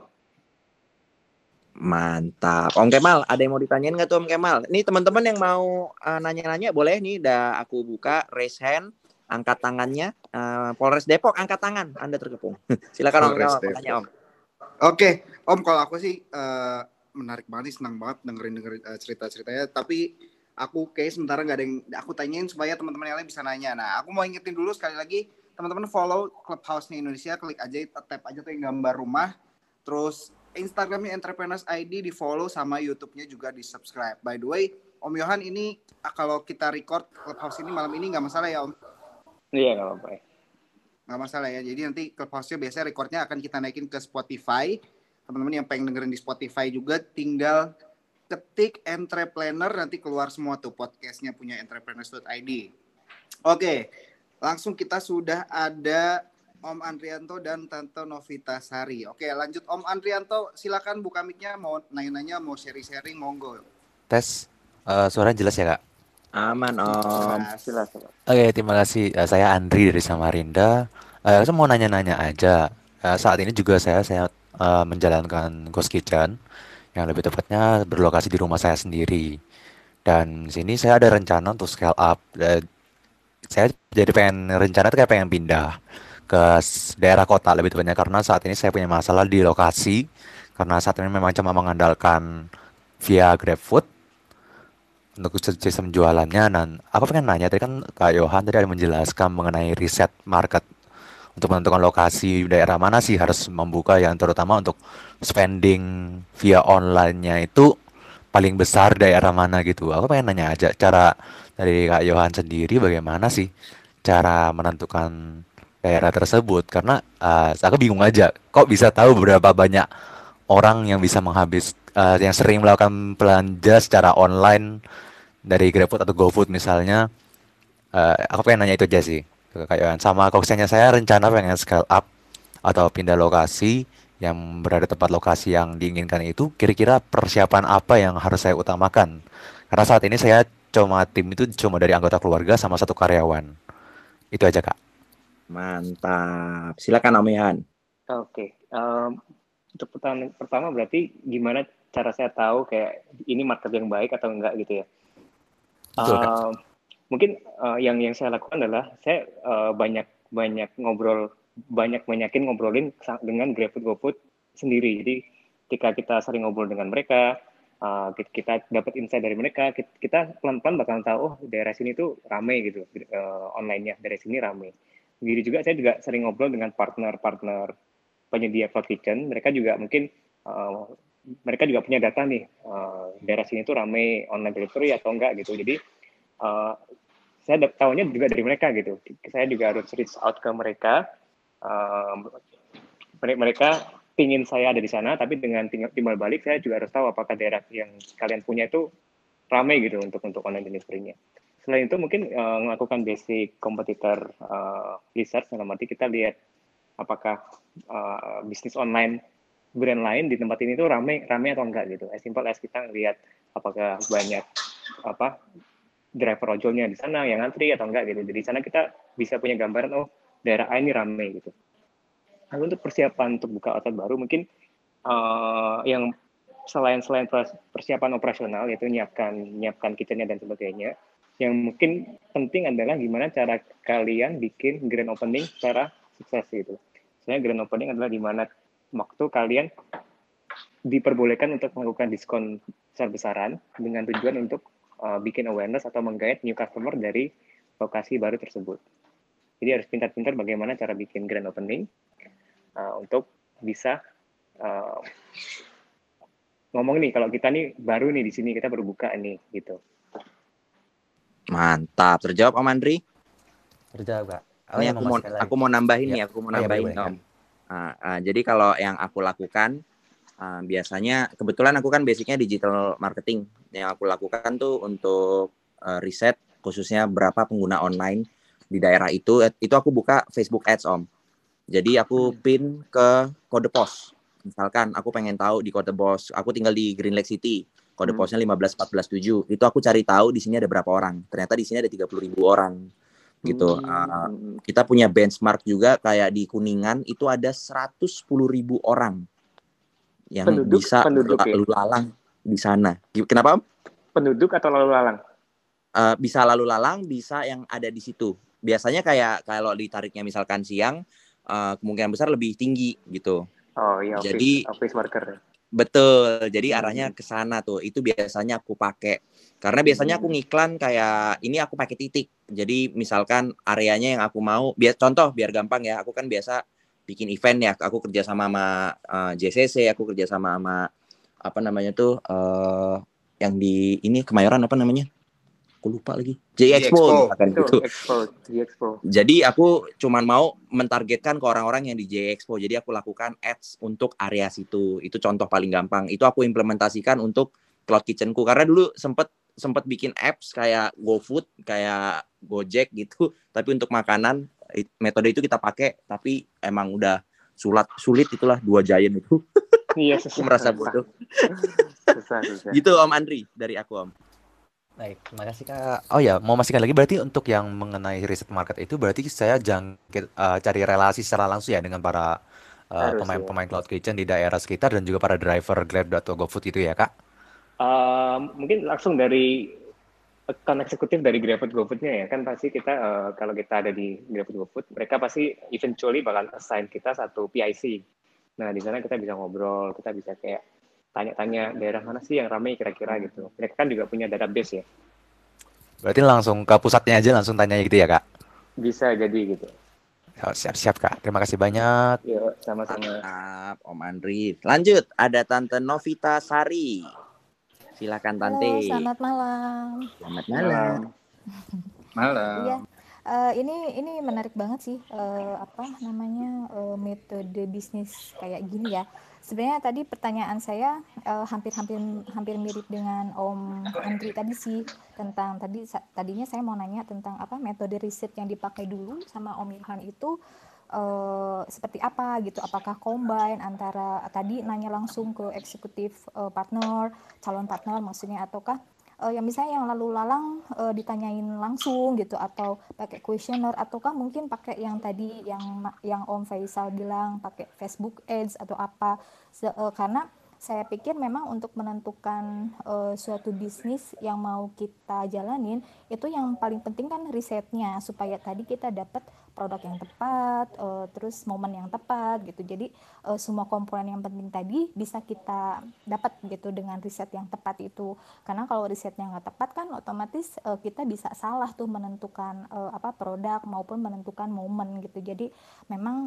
Mantap. Om Kemal, ada yang mau ditanyain nggak tuh Om Kemal? Nih teman-teman yang mau nanya-nanya boleh nih, udah aku buka raise hand, angkat tangannya. Polres Depok angkat tangan, Anda terkepung. Silakan Om Kemal, tanya Om. Oke, Om, kalau aku sih menarik banget, senang banget dengerin cerita-ceritanya. Tapi aku kayak sementara nggak ada yang aku tanyain supaya teman-teman yang lain bisa nanya. Nah, aku mau ingetin dulu sekali lagi, teman-teman follow Clubhouse-nya Indonesia, klik aja, tap aja tuh yang gambar rumah, terus Instagramnya Entrepreneurs ID di follow, sama YouTube-nya juga di subscribe. By the way, Om Yohan, ini kalau kita record Clubhouse ini malam ini nggak masalah ya Om? Iya, nggak apa-apa. Nggak masalah ya. Jadi nanti Clubhouse-nya biasanya recordnya akan kita naikin ke Spotify. Teman-teman yang pengen dengerin di Spotify juga tinggal ketik Entrepreneur, nanti keluar semua tuh podcastnya punya Entrepreneurs.id. Oke, langsung kita sudah ada Om Andrianto dan Tante Novita Sari. Oke, lanjut Om Andrianto, silakan buka mic-nya, mau nanya-nanya, mau sharing-sharing, monggo. Tes, suara jelas ya Kak? Aman Om. Silakan. Oke, terima kasih. Saya Andri dari Samarinda. Saya mau nanya-nanya aja. Saat ini juga saya menjalankan Ghost Kitchen, yang lebih tepatnya berlokasi di rumah saya sendiri. Dan sini saya ada rencana untuk scale up. Saya jadi rencana tuh kayak pengen pindah ke daerah kota lebih tepatnya, karena saat ini saya punya masalah di lokasi, karena saat ini memang cuma mengandalkan via GrabFood untuk sistem jualannya. Dan aku pengen nanya, tadi kan Kak Yohan tadi ada menjelaskan mengenai riset market untuk menentukan lokasi daerah mana sih harus membuka yang terutama untuk spending via online-nya itu paling besar daerah mana gitu. Aku pengen nanya aja cara dari Kak Yohan sendiri bagaimana sih cara menentukan daerah tersebut karena aku bingung aja kok bisa tahu berapa banyak orang yang bisa yang sering melakukan belanja secara online dari GrabFood atau GoFood misalnya. Aku pengen nanya itu aja sih ke Kak Yohan. Sama kalau misalnya saya rencana pengen scale up atau pindah lokasi yang berada tempat lokasi yang diinginkan itu, kira-kira persiapan apa yang harus saya utamakan? Karena saat ini saya tim itu cuma dari anggota keluarga sama satu karyawan. Itu aja Kak. Mantap. Silakan Om Yohan. Oke, untuk pertanyaan pertama berarti gimana cara saya tahu kayak ini market yang baik atau enggak gitu ya? Betul Kak. Mungkin yang saya lakukan adalah saya banyak ngobrolin dengan GrabFood GoFood sendiri. Jadi ketika kita sering ngobrol dengan mereka, kita dapat insight dari mereka, kita pelan-pelan bakal tahu oh daerah sini tuh rame gitu, online-nya dari sini rame. Begitu juga saya juga sering ngobrol dengan partner-partner penyedia cloud kitchen. Mereka juga mungkin mereka juga punya data nih daerah sini tuh rame online delivery atau enggak gitu. Jadi saya tahunya juga dari mereka gitu. Saya juga harus reach out ke mereka. Mereka pingin saya ada di sana, tapi dengan timbal balik saya juga harus tahu apakah daerah yang kalian punya itu ramai gitu untuk online delivery-nya. Selain itu mungkin melakukan basic kompetitor research, dalam arti kita lihat apakah bisnis online brand lain di tempat ini tuh ramai atau enggak gitu. As simple as kita lihat apakah banyak driver ojolnya di sana yang antri atau enggak gitu. Jadi di sana kita bisa punya gambaran oh daerah A ini ramai gitu. Lalu untuk persiapan untuk buka outlet baru mungkin yang selain persiapan operasional yaitu nyiapkan kitchennya dan sebagainya, yang mungkin penting adalah gimana cara kalian bikin grand opening secara sukses gitu. Sebenarnya grand opening adalah di mana waktu kalian diperbolehkan untuk melakukan diskon besar-besaran dengan tujuan untuk bikin awareness atau menggait new customer dari lokasi baru tersebut. Jadi harus pintar-pintar bagaimana cara bikin grand opening untuk bisa ngomong nih kalau kita nih baru nih di sini, kita baru buka nih gitu. Mantap. Terjawab Om Andri? Terjawab Kak. Ini aku mau nambahin nih, Om. Jadi kalau yang aku lakukan biasanya kebetulan aku kan basicnya digital marketing. Yang aku lakukan tuh untuk riset khususnya berapa pengguna online di daerah itu aku buka Facebook Ads Om. Jadi aku pin ke kode pos. Misalkan aku pengen tahu di kode pos, aku tinggal di Green Lake City, kode posnya 15147. Itu aku cari tahu di sini ada berapa orang. Ternyata di sini ada 30.000 orang. Gitu. Kita punya benchmark juga kayak di Kuningan itu ada 110.000 orang yang bisa lalu lalang di sana. Kenapa? Penduduk atau lalu lalang? Bisa lalu lalang, bisa yang ada di situ. Biasanya kayak kalau ditariknya misalkan siang, kemungkinan besar lebih tinggi gitu. Oh iya, jadi office worker. Betul. Jadi arahnya ke sana tuh. Itu biasanya aku pakai. Karena biasanya aku ngiklan kayak ini aku pakai titik. Jadi misalkan areanya yang aku mau, contoh biar gampang ya. Aku kan biasa bikin event ya. Aku kerja sama JCC, aku kerja sama apa namanya tuh yang di ini Kemayoran apa namanya? Aku lupa lagi. J-Expo gitu. J-Expo. Jadi aku cuman mau mentargetkan ke orang-orang yang di J-Expo. Jadi aku lakukan ads untuk area situ. Itu contoh paling gampang. Itu aku implementasikan untuk cloud kitchenku. Karena dulu sempat bikin apps kayak GoFood, kayak Gojek gitu. Tapi untuk makanan metode itu kita pakai. Tapi emang udah sulit itulah 2 giant itu. Iya, aku merasa bodoh. Susah. Gitu Om Andri dari aku Om. Baik, terima kasih Kak. Oh ya, mau memastikan lagi berarti untuk yang mengenai riset market itu berarti saya cari relasi secara langsung ya dengan para pemain cloud kitchen di daerah sekitar dan juga para driver Grab atau GoFood itu ya Kak? Mungkin langsung dari account eksekutif dari GrabFood GoFood-nya ya, kan pasti kita kalau kita ada di GrabFood GoFood, mereka pasti eventually bakal assign kita satu PIC. Nah di sana kita bisa ngobrol, kita bisa kayak tanya-tanya daerah mana sih yang ramai kira-kira gitu. Mereka kan juga punya database ya. Berarti langsung ke pusatnya aja langsung tanya gitu ya Kak? Bisa jadi gitu. Siap-siap Kak. Terima kasih banyak. Yuk, sama-sama. Mantap, Om Andri. Lanjut, ada Tante Novita Sari. Silakan Tante. Halo, selamat malam. Selamat malam. Malam. Iya, ini menarik banget sih, apa namanya, metode bisnis kayak gini ya. Sebenarnya tadi pertanyaan saya hampir mirip dengan Om Andri tadi sih, tentang tadinya saya mau nanya tentang apa metode riset yang dipakai dulu sama Om Ilham itu seperti apa gitu, apakah combine antara tadi nanya langsung ke eksekutif partner, calon partner maksudnya, ataukah yang misalnya yang lalu lalang ditanyain langsung gitu, atau pakai kuesioner, ataukah mungkin pakai yang tadi yang Om Faisal bilang pakai Facebook Ads atau apa. Karena saya pikir memang untuk menentukan suatu bisnis yang mau kita jalanin itu yang paling penting kan risetnya, supaya tadi kita dapat produk yang tepat, terus momen yang tepat gitu. Jadi semua komponen yang penting tadi bisa kita dapat gitu dengan riset yang tepat itu. Karena kalau risetnya nggak tepat kan otomatis kita bisa salah tuh menentukan apa produk maupun menentukan momen gitu. Jadi memang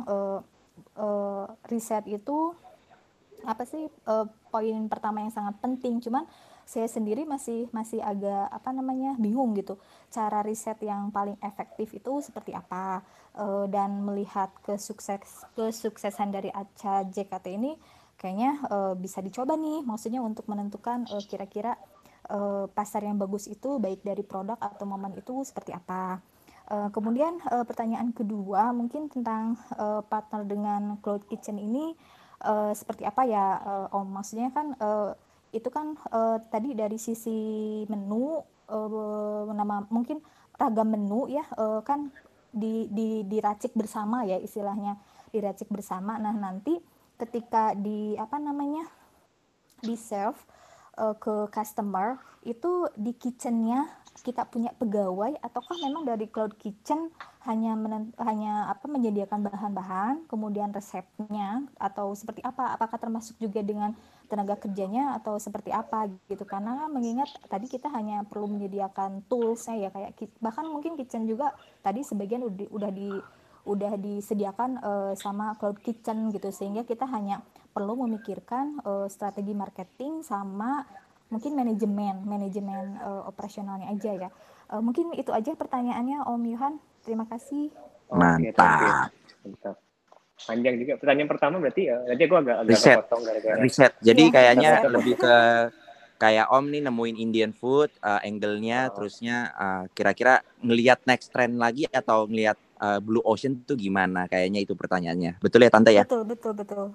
riset itu apa sih poin pertama yang sangat penting. Cuman saya sendiri masih agak apa namanya bingung gitu, cara riset yang paling efektif itu seperti apa. Dan melihat kesuksesan dari Aca JKT ini kayaknya bisa dicoba nih, maksudnya untuk menentukan kira-kira pasar yang bagus itu baik dari produk atau momen itu seperti apa. Kemudian pertanyaan kedua mungkin tentang partner dengan Cloud Kitchen ini seperti apa ya Om, maksudnya kan itu kan tadi dari sisi menu, nama mungkin ragam menu ya, kan diracik bersama ya istilahnya, diracik bersama. Nah nanti ketika di apa namanya di serve ke customer itu di kitchennya kita punya pegawai, ataukah memang dari Cloud Kitchen hanya menyediakan bahan-bahan kemudian resepnya, atau seperti apa, apakah termasuk juga dengan tenaga kerjanya atau seperti apa gitu. Karena mengingat tadi kita hanya perlu menyediakan toolsnya ya, kayak bahkan mungkin kitchen juga tadi sebagian udah disediakan sama Cloud Kitchen gitu, sehingga kita hanya perlu memikirkan strategi marketing sama mungkin manajemen operasionalnya aja ya. Mungkin itu aja pertanyaannya Om Yohan. Terima kasih. Oke, thank you. Mantap. Mantap. Panjang juga. Pertanyaan pertama berarti tadi aku agak Riset. kepotong gara-gara. Riset. Jadi Iya, kayaknya riset. lebih ke kayak Om nih nemuin Indian food, angle-nya, terusnya kira-kira ngelihat next trend lagi atau ngelihat Blue Ocean tuh gimana? Kayaknya itu pertanyaannya. Betul ya Tante ya? Betul.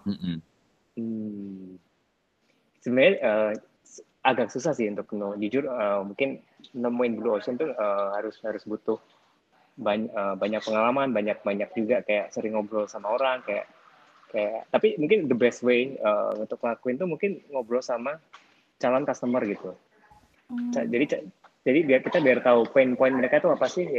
Sebenarnya agak susah sih untuk jujur, mungkin nemuin Blue Ocean tuh harus butuh banyak pengalaman, banyak juga kayak sering ngobrol sama orang, kayak tapi mungkin the best way untuk ngelakuin tuh mungkin ngobrol sama calon customer gitu. Jadi biar tahu poin-poin mereka tuh apa sih,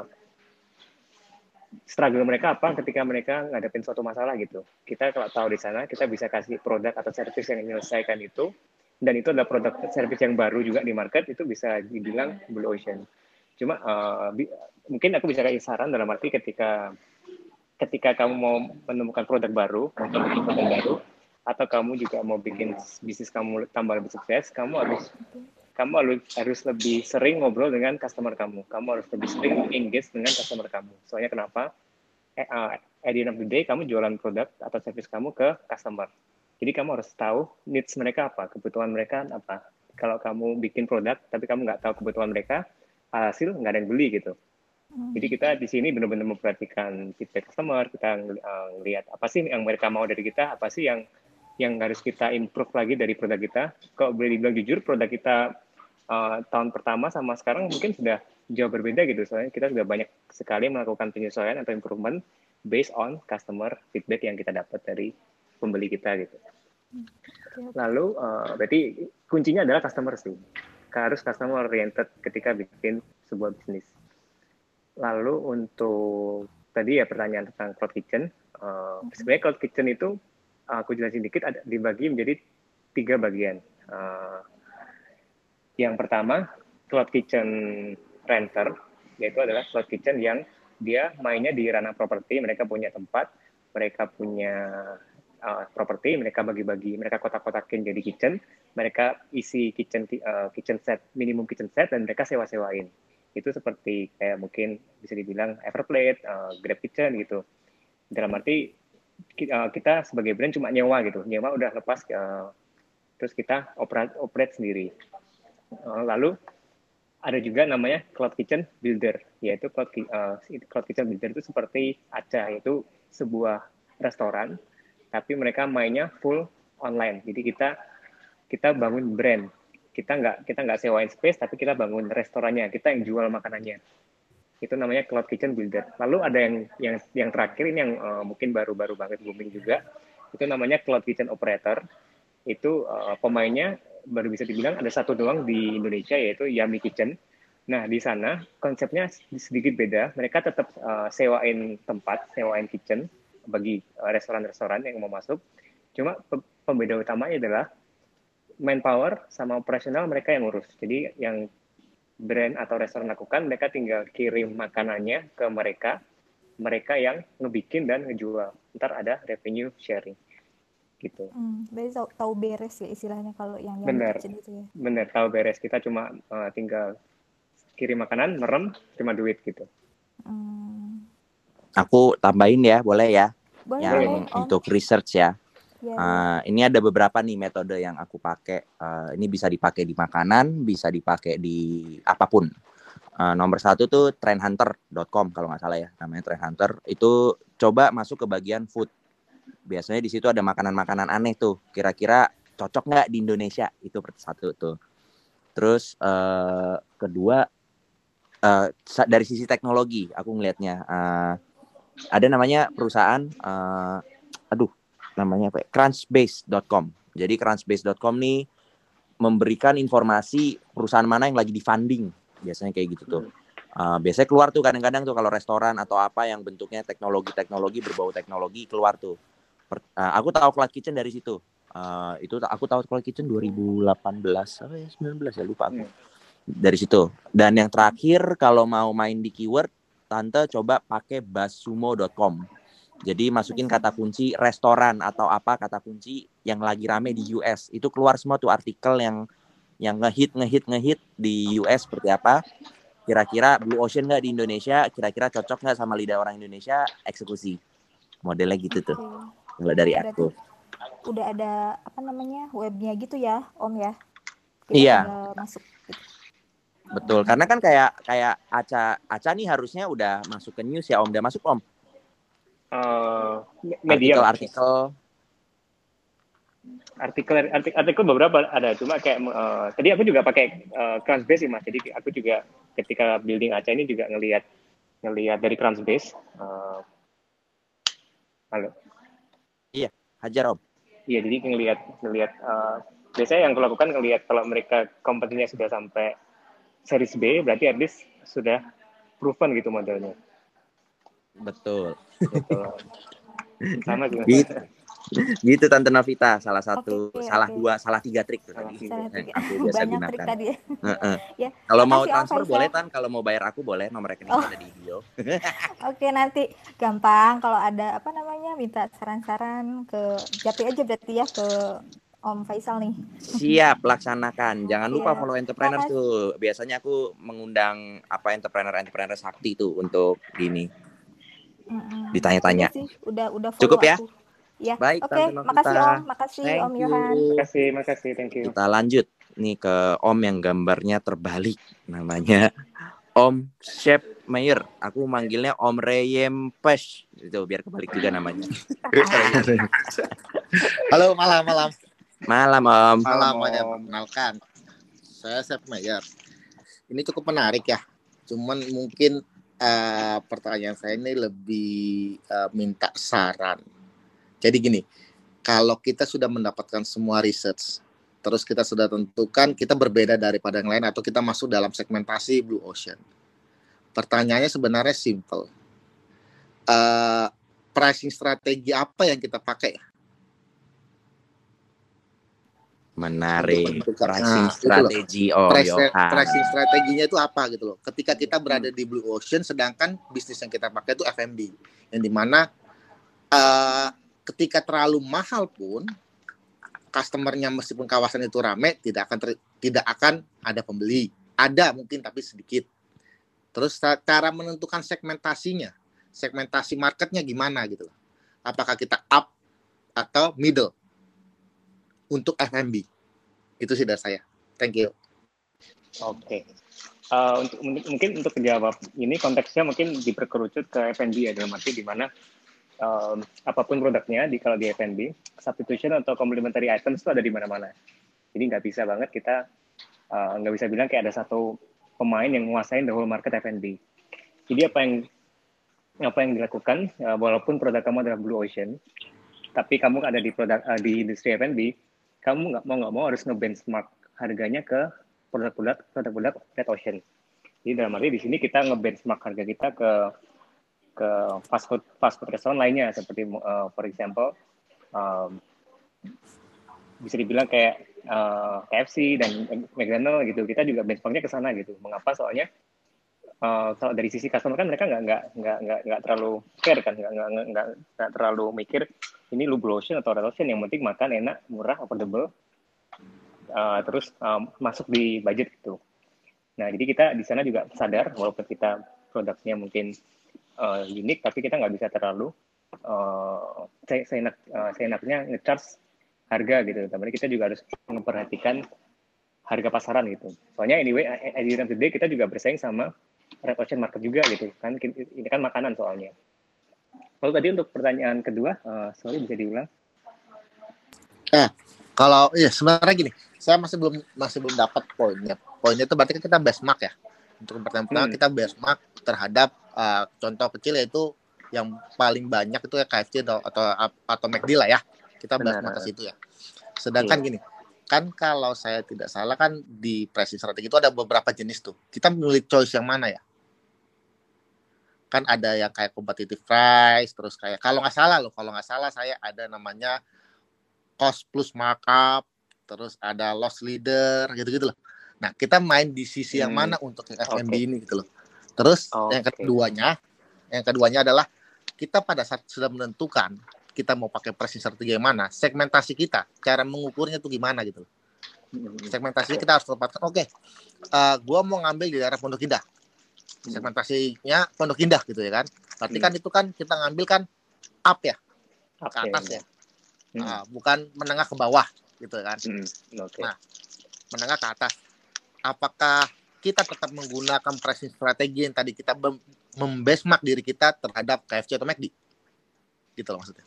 struggle mereka apa ketika mereka ngadepin suatu masalah gitu. Kita kalau tahu di sana, kita bisa kasih produk atau service yang menyelesaikan itu, dan itu adalah produk service yang baru juga di market, itu bisa dibilang Blue Ocean. Cuma mungkin aku bisa kasih saran dalam arti ketika kamu mau menemukan produk baru, atau bikin produk baru, atau kamu juga mau bikin bisnis kamu tambah lebih sukses, kamu harus lebih sering ngobrol dengan customer kamu. Kamu harus lebih sering engage dengan customer kamu. Soalnya kenapa? At the end of the day, kamu jualan produk atau service kamu ke customer. Jadi kamu harus tahu needs mereka apa, kebutuhan mereka apa. Kalau kamu bikin produk, tapi kamu nggak tahu kebutuhan mereka, hasil nggak ada yang beli gitu. Jadi kita di sini benar-benar memperhatikan feedback customer, kita ngelihat apa sih yang mereka mau dari kita, apa sih yang harus kita improve lagi dari produk kita. Kalau boleh dibilang jujur, produk kita tahun pertama sama sekarang mungkin sudah jauh berbeda gitu. Soalnya kita sudah banyak sekali melakukan penyesuaian atau improvement based on customer feedback yang kita dapat dari pembeli kita gitu. Lalu berarti kuncinya adalah customer sih. Harus customer oriented ketika bikin sebuah bisnis. Lalu untuk tadi ya pertanyaan tentang Cloud Kitchen, sebenarnya Cloud Kitchen itu aku jelasin dikit, dibagi menjadi 3 bagian. Yang pertama, Cloud Kitchen Renter, yaitu adalah Cloud Kitchen yang dia mainnya di ranah properti, mereka punya tempat, mereka punya properti, mereka bagi-bagi, mereka kotak-kotakin jadi kitchen, mereka isi kitchen set, minimum kitchen set, dan mereka sewa-sewain. Itu seperti kayak mungkin bisa dibilang Everplate, Grab Kitchen gitu. Dalam arti kita sebagai brand cuma nyewa gitu, nyewa udah lepas, terus kita operate sendiri. Lalu ada juga namanya Cloud Kitchen Builder, yaitu Cloud Kitchen Builder itu seperti Aca, yaitu sebuah restoran, tapi mereka mainnya full online. Jadi kita bangun brand, kita nggak sewain space, tapi kita bangun restorannya, kita yang jual makanannya. Itu namanya Cloud Kitchen Builder. Lalu ada yang terakhir ini yang mungkin baru-baru banget booming juga, itu namanya Cloud Kitchen Operator. Itu pemainnya baru bisa dibilang ada satu doang di Indonesia, yaitu Yummy Kitchen. Nah, di sana konsepnya sedikit beda. Mereka tetap sewain tempat, sewain kitchen bagi restoran-restoran yang mau masuk. Cuma pembeda utamanya adalah manpower sama operasional mereka yang ngurus. Jadi yang brand atau restoran lakukan, mereka tinggal kirim makanannya ke mereka yang ngebikin dan ngejual. Ntar ada revenue sharing. Gitu. Berarti tahu beres ya istilahnya kalau yang kitchen itu ya. Bener, tahu beres. Kita cuma tinggal kirim makanan, merem, terima duit gitu. Aku tambahin ya, boleh ya? Boleh, yang untuk research ya. Ini ada beberapa nih metode yang aku pakai. Ini bisa dipakai di makanan, bisa dipakai di apapun. Nomor 1 tuh trendhunter.com kalau nggak salah ya, namanya Trendhunter. Itu coba masuk ke bagian food. Biasanya di situ ada makanan-makanan aneh tuh. Kira-kira cocok nggak di Indonesia? Itu satu tuh. Terus kedua, dari sisi teknologi, aku ngelihatnya ada namanya perusahaan, namanya apa? Crunchbase.com. Jadi Crunchbase.com nih memberikan informasi perusahaan mana yang lagi di funding. Biasanya kayak gitu tuh. Biasanya keluar tuh kadang-kadang tuh kalau restoran atau apa yang bentuknya teknologi berbau teknologi keluar tuh. Aku tahu Cloud Kitchen dari situ. Itu aku tahu Cloud Kitchen 2018 apa ya 19 ya lupa aku. Dari situ. Dan yang terakhir kalau mau main di keyword, Tante coba pakai buzzsumo.com. Jadi masukin kata kunci restoran atau apa kata kunci yang lagi rame di US. Itu keluar semua tuh artikel yang ngehit di US seperti apa. Kira-kira Blue Ocean nggak di Indonesia? Kira-kira cocok nggak sama lidah orang Indonesia? Eksekusi. Modelnya gitu tuh. Mulai dari aku. Udah ada apa namanya webnya gitu ya, Om ya? Kita iya. Masuk. Gitu. Betul, karena kan kayak Aca nih harusnya udah masuk ke news ya Om. Udah masuk Om? Media. Artikel beberapa ada, cuma kayak tadi aku juga pakai Crunchbase sih Mas. Jadi aku juga ketika building Aca ini juga ngelihat dari Crunchbase. Halo. Iya, hajar Om. Iya, jadi ngelihat biasanya yang aku lakukan ngelihat kalau mereka kompetinya sudah sampai series B, berarti at least sudah proven gitu modelnya. Betul. Sama juga. Gitu Tante Novita, salah tiga trik tuh tadi yang aku biasa banyak gunakan. Trik tadi ya. Ya, kalau mau transfer boleh Tan, kalau mau bayar aku boleh, nomor rekening ada di video. Oke, nanti gampang kalau ada apa namanya minta saran-saran ke Japri aja berarti ya ke Om Faisal nih. Siap, laksanakan. Jangan lupa follow entrepreneurs tuh. Biasanya aku mengundang entrepreneur sakti tuh untuk gini. Ditanya-tanya. Udah cukup ya? Aku. Ya. Baik, Oke, makasih Om, Om Yohan. Makasih, thank you. Kita lanjut nih ke Om yang gambarnya terbalik, namanya Om Chef Mayer. Aku manggilnya Om Reyempesh. Itu biar kebalik juga namanya. Halo, malam. Malam Om. Malam ya, perkenalkan. Saya Chef Mayer. Ini cukup menarik ya. Cuman mungkin pertanyaan saya ini lebih minta saran. Jadi gini, kalau kita sudah mendapatkan semua research, terus kita sudah tentukan kita berbeda daripada yang lain atau kita masuk dalam segmentasi Blue Ocean. Pertanyaannya sebenarnya simple. Pricing strategi apa yang kita pakai? Menarik. menentukan. Pricing Nah, itu loh. strategi Om Yohan. Pricing strateginya itu apa gitu loh. Ketika kita berada di Blue Ocean, sedangkan bisnis yang kita pakai itu F&B, yang dimana ketika terlalu mahal pun customernya meskipun kawasan itu rame tidak akan ada pembeli. Ada mungkin tapi sedikit. Terus cara menentukan segmentasi marketnya gimana gitu loh. Apakah kita up atau middle untuk F&B? Itu sih dari saya. Thank you. Oke. Mungkin untuk menjawab ini konteksnya mungkin diperkerucut ke F&B ya, dalam arti di mana apapun produknya kalau di F&B, substitution atau complementary items itu ada di mana-mana. Jadi nggak bisa banget kita nggak bisa bilang kayak ada satu pemain yang menguasai the whole market F&B. Jadi apa yang dilakukan, walaupun produk kamu adalah Blue Ocean, tapi kamu ada di industri F&B, kamu nggak mau harus nge-benchmark harganya ke produk Red Ocean. Jadi dalam arti di sini kita nge-benchmark harga kita ke fast food restoran lainnya, seperti for example bisa dibilang kayak KFC dan McDonald gitu. Kita juga benchmarknya ke sana gitu. Mengapa? Soalnya kalau dari sisi customer kan mereka nggak terlalu care kan, nggak terlalu mikir ini lu Blue Ocean atau Red Ocean. Yang penting makan enak, murah, affordable, terus masuk di budget gitu. Nah, jadi kita di sana juga sadar walaupun kita produknya mungkin unik, tapi kita nggak bisa terlalu seenaknya nge-charge harga gitu. Tapi kita juga harus memperhatikan harga pasaran gitu. Soalnya anyway, at the end of the day kita juga bersaing sama Red Ocean market juga gitu kan. Ini kan makanan soalnya. Lalu tadi untuk pertanyaan kedua, sorry bisa diulang? Kalau sebenarnya gini, saya masih belum dapat poinnya. Poinnya itu berarti kita benchmark ya. Untuk pertama kita benchmark terhadap contoh kecil yaitu yang paling banyak itu ya KFC atau McD lah ya. Kita benchmark ke situ ya. Sedangkan gini, kan kalau saya tidak salah kan di pricing strategi itu ada beberapa jenis tuh. Kita memilih choice yang mana ya? Kan ada yang kayak competitive price, terus kayak kalau nggak salah saya ada namanya cost plus markup, terus ada loss leader gitu-gitu loh. Nah, kita main di sisi yang mana untuk yang F&B ini gitu loh. Terus yang keduanya adalah kita pada saat sudah menentukan kita mau pakai pricing strategi yang mana, segmentasi kita, cara mengukurnya tuh gimana gitu loh. Segmentasinya kita harus tempatkan, gua mau ngambil di daerah Pondok Indah. Segmentasinya Pondok Indah gitu ya kan. Berarti kan itu kan kita ngambil kan up ya, ke atas ya. Bukan menengah ke bawah gitu kan. Nah, menengah ke atas. Apakah kita tetap menggunakan pricing strategi yang tadi kita membenchmark diri kita terhadap KFC atau McD? Gitu loh maksudnya.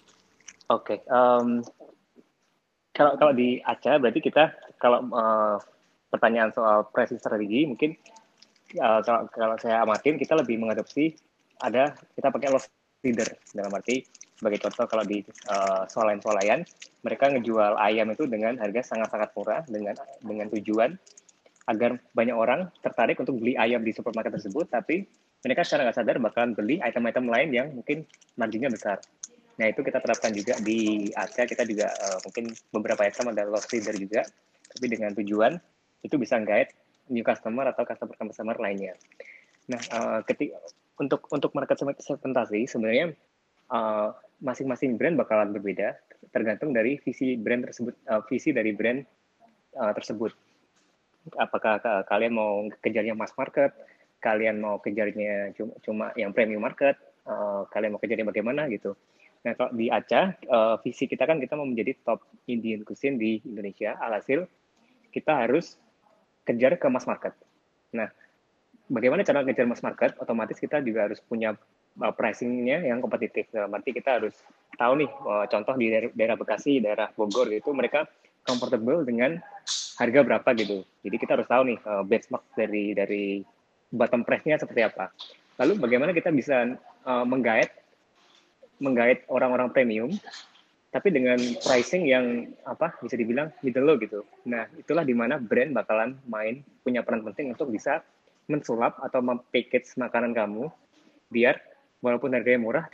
Kalau di Aca berarti kita kalau pertanyaan soal pricing strategi mungkin kalau saya amatin kita lebih mengadopsi kita pakai loss leader, dalam arti sebagai contoh kalau di swalayan mereka ngejual ayam itu dengan harga sangat-sangat murah dengan tujuan agar banyak orang tertarik untuk beli ayam di supermarket tersebut, tapi mereka secara nggak sadar bakalan beli item-item lain yang mungkin marginnya besar. Nah, itu kita terapkan juga di Aca. Kita juga mungkin beberapa item ada loss leader juga, tapi dengan tujuan itu bisa guide new customer atau customer lainnya. Nah, untuk market segmentasi sebenarnya masing-masing brand bakalan berbeda tergantung dari visi dari brand tersebut. Apakah kalian mau kejarnya mass market, kalian mau kejarnya cuma yang premium market, kalian mau kejarnya bagaimana gitu. Nah, kalau di Aca, visi kita kan kita mau menjadi top Indian cuisine di Indonesia. Alhasil kita harus kejar ke mass market. Nah, bagaimana cara kejar mass market? Otomatis kita juga harus punya pricing-nya yang kompetitif. Berarti kita harus tahu nih, contoh di daerah Bekasi, daerah Bogor gitu, mereka comfortable dengan harga berapa gitu. Jadi kita harus tahu nih benchmark dari bottom price-nya seperti apa. Lalu bagaimana kita bisa menggait orang-orang premium tapi dengan pricing yang bisa dibilang middle low gitu. Nah, itulah di mana brand bakalan punya peran penting untuk bisa mensulap atau package makanan kamu biar walaupun harganya murah cuma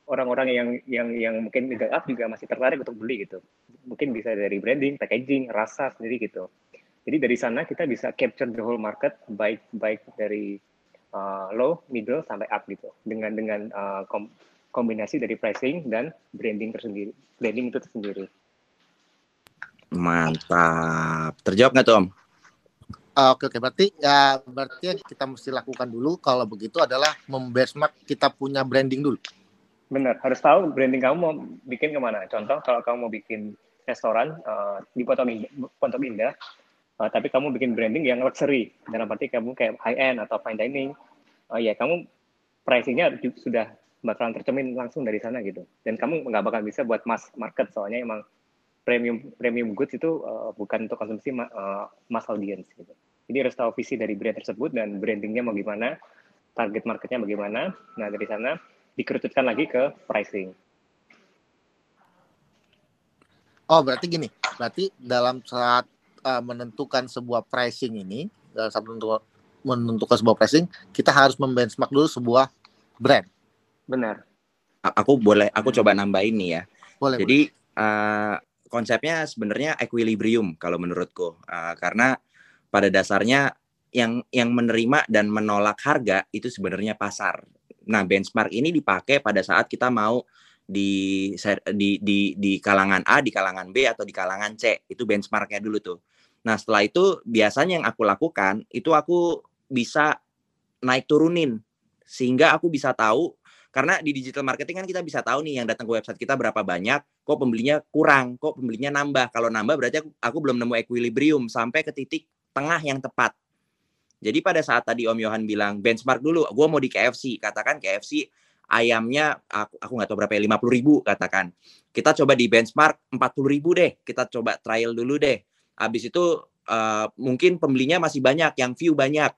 orang-orang yang mungkin middle up juga masih tertarik untuk beli gitu. Mungkin bisa dari branding, packaging, rasa sendiri gitu. Jadi dari sana kita bisa capture the whole market, baik dari low, middle sampai up gitu. Dengan kombinasi dari pricing dan branding tersendiri. Branding itu tersendiri. Mantap. Terjawab nggak tuh Om? Oke. Berarti yang kita mesti lakukan dulu kalau begitu adalah membenchmark kita punya branding dulu. Benar, harus tahu branding kamu mau bikin kemana. Contoh, kalau kamu mau bikin restoran di Pondok Indah, tapi kamu bikin branding yang luxury, dalam arti kamu kayak high end atau fine dining, ya kamu pricingnya sudah bakalan tercermin langsung dari sana gitu. Dan kamu nggak bakal bisa buat mass market, soalnya emang premium goods itu bukan untuk konsumsi mass audience gitu. Jadi harus tahu visi dari brand tersebut dan brandingnya mau gimana, target marketnya bagaimana. Nah dari sana dikerucutkan lagi ke pricing. Oh, berarti gini. Berarti dalam saat menentukan sebuah pricing ini, dalam saat menentukan sebuah pricing, kita harus membenchmark dulu sebuah brand. Benar. Aku coba nambahin nih ya. Boleh. Jadi konsepnya sebenarnya equilibrium kalau menurutku. Karena pada dasarnya yang menerima dan menolak harga itu sebenarnya pasar. Nah, benchmark ini dipakai pada saat kita mau di kalangan A, di kalangan B, atau di kalangan C. Itu benchmarknya dulu tuh. Nah, setelah itu biasanya yang aku lakukan, itu aku bisa naik turunin. Sehingga aku bisa tahu, karena di digital marketing kan kita bisa tahu nih yang datang ke website kita berapa banyak, kok pembelinya kurang, kok pembelinya nambah. Kalau nambah berarti aku belum nemu equilibrium sampai ke titik tengah yang tepat. Jadi pada saat tadi Om Yohan bilang benchmark dulu, gue mau di KFC, katakan KFC ayamnya aku nggak tahu berapa ya, 50.000 katakan. Kita coba di benchmark 40.000 deh, kita coba trial dulu deh. Habis itu mungkin pembelinya masih banyak, yang view banyak.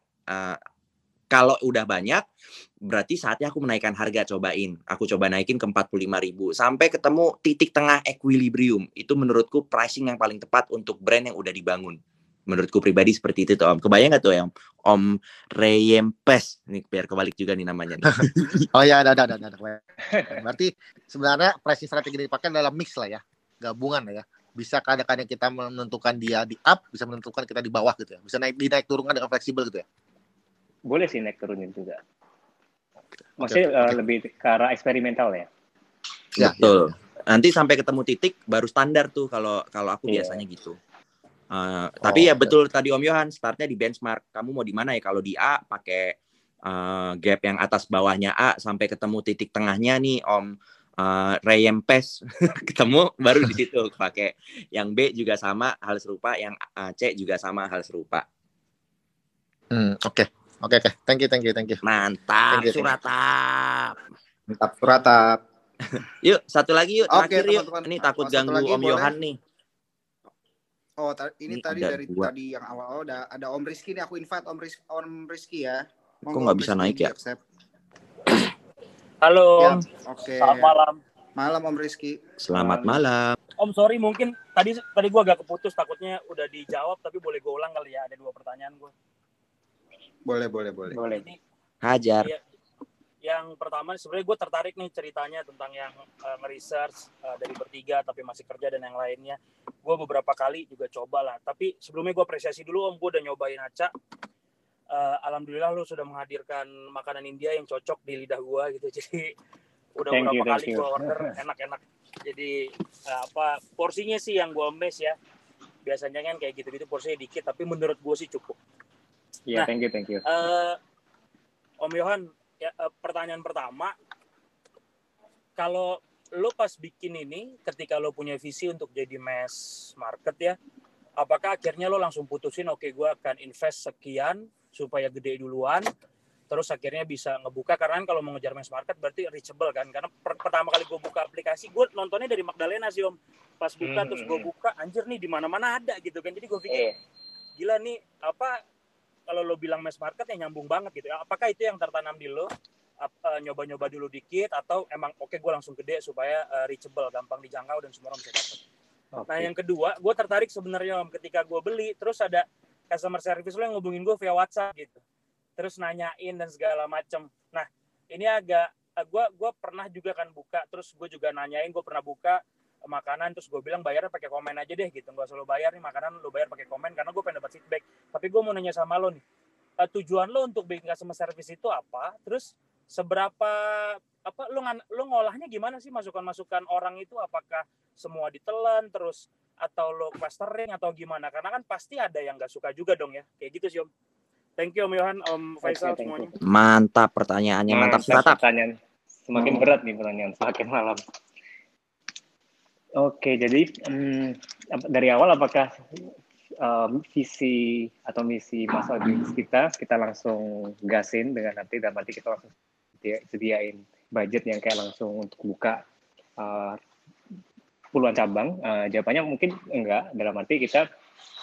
Kalau udah banyak, berarti saatnya aku menaikkan harga, cobain. Aku coba naikin ke 45.000 sampai ketemu titik tengah equilibrium. Itu menurutku pricing yang paling tepat untuk brand yang udah dibangun. Menurutku pribadi seperti itu tuh Om. Kebayang nggak tuh ya Om Reyempes? Ini biar kebalik juga nih namanya nih. Oh ya, ada. Berarti sebenarnya pricing strategi dipakai dalam mix lah ya, gabungan lah ya. Bisa kadang-kadang kita menentukan dia di up, bisa menentukan kita di bawah gitu ya. Bisa naik turunkan dengan fleksibel gitu ya. Boleh sih naik turunin juga. Maksudnya lebih ke arah eksperimental ya. Betul. Ya. Nanti sampai ketemu titik baru standar tuh kalau aku biasanya gitu. Tapi ya betul tadi Om Yohan, startnya di benchmark. Kamu mau di mana ya? Kalau di A pakai gap yang atas bawahnya A sampai ketemu titik tengahnya nih Om Reyempes ketemu baru di situ pakai yang B juga sama hal serupa, yang C juga sama hal serupa. Oke. Thank you. Mantap, thank you. Suratap. Mantap, Suratap. Yuk, satu lagi yuk, terakhir yuk. teman-teman. Ini takut ganggu Om boleh? Yohan nih. Ini tadi tadi yang awal ada Om Rizky nih, aku invite Om Rizky ya. Kok nggak bisa naik ya? Halo Om. Oke. Selamat malam. Malam Om Rizky. Selamat malam. Om sorry mungkin tadi gue agak keputus, takutnya udah dijawab, tapi boleh gue ulang kali ya, ada 2 pertanyaan gue. Boleh. Ini, Hajar. Yang pertama sebenarnya gue tertarik nih ceritanya tentang yang nge-research dari bertiga tapi masih kerja dan yang lainnya. Gue beberapa kali juga coba lah. Tapi sebelumnya gue apresiasi dulu Om, gue udah nyobain Aca. Alhamdulillah lu sudah menghadirkan makanan India yang cocok di lidah gue gitu. Jadi udah beberapa kali gue order enak-enak. Jadi porsinya sih yang gue mes ya. Biasanya kan kayak gitu-gitu porsinya dikit, tapi menurut gue sih cukup. Iya, thank you. Om Yohan, ya, pertanyaan pertama, kalau lo pas bikin ini, ketika lo punya visi untuk jadi mass market ya, apakah akhirnya lo langsung putusin, oke, gue akan invest sekian supaya gede duluan, terus akhirnya bisa ngebuka, karena kalau mau ngejar mass market berarti reachable kan, karena pertama kali gue buka aplikasi, gue nontonnya dari Magdalena sih Om, pas buka terus gue buka, anjir nih di mana-mana ada gitu kan, jadi gue pikir, gila nih, kalau lo bilang mass market ya nyambung banget gitu ya. Apakah itu yang tertanam di lo? Nyoba-nyoba dulu dikit atau emang oke gue langsung gede supaya reachable, gampang dijangkau dan semua orang bisa dapat. Okay. Nah yang kedua, gue tertarik sebenarnya Om, ketika gue beli terus ada customer service lo yang ngubungin gue via WhatsApp gitu. Terus nanyain dan segala macam. Nah ini agak gue pernah juga kan buka, terus gue juga nanyain, gue pernah buka makanan, terus gue bilang bayarnya pakai komen aja deh gitu, nggak usah lo bayar nih makanan, lo bayar pakai komen karena gue pengen dapat feedback. Tapi gue mau nanya sama lo nih, tujuan lo untuk bikin customer service itu apa? Terus seberapa apa lo ngolahnya gimana sih masukan-masukan orang itu? Apakah semua ditelan terus atau lo clustering atau gimana? Karena kan pasti ada yang nggak suka juga dong ya, kayak gitu sih Om. Thank you Om Yohan, Om Faisal, semuanya. Mantap pertanyaannya, mantap. Pertanyaan. Semakin berat nih pertanyaan, semakin malam. Oke, jadi dari awal apakah visi atau misi masa bisnis kita langsung gasin dengan nanti kita langsung sediain budget yang kayak langsung untuk buka puluhan cabang? Jawabannya mungkin enggak, dalam arti kita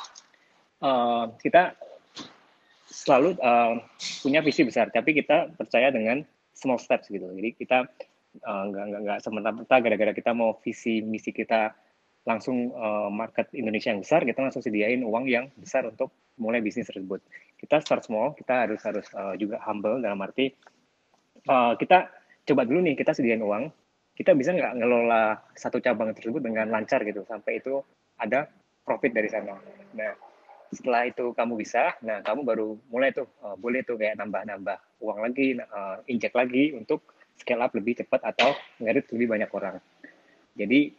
selalu punya visi besar, tapi kita percaya dengan small steps gitu. Jadi kita nggak semerta-merta gara-gara kita mau visi misi kita langsung market Indonesia yang besar, kita langsung sediain uang yang besar untuk mulai bisnis tersebut. Kita start small, kita harus juga humble dalam arti kita coba dulu nih, kita sediain uang, kita bisa nggak ngelola satu cabang tersebut dengan lancar gitu sampai itu ada profit dari sana. Nah, setelah itu kamu bisa, nah kamu baru mulai tuh boleh tuh kayak nambah uang lagi, injek lagi untuk scale up lebih cepat atau ngerit lebih banyak orang. Jadi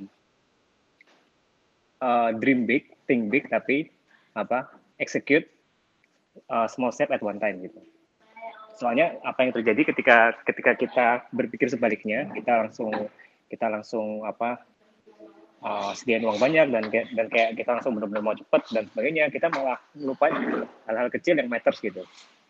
dream big, think big, tapi execute small step at one time gitu. Soalnya apa yang terjadi ketika kita berpikir sebaliknya, kita langsung sediain uang banyak dan kayak kita langsung benar-benar mau cepat dan sebagainya, kita malah melupain hal-hal kecil yang matters gitu.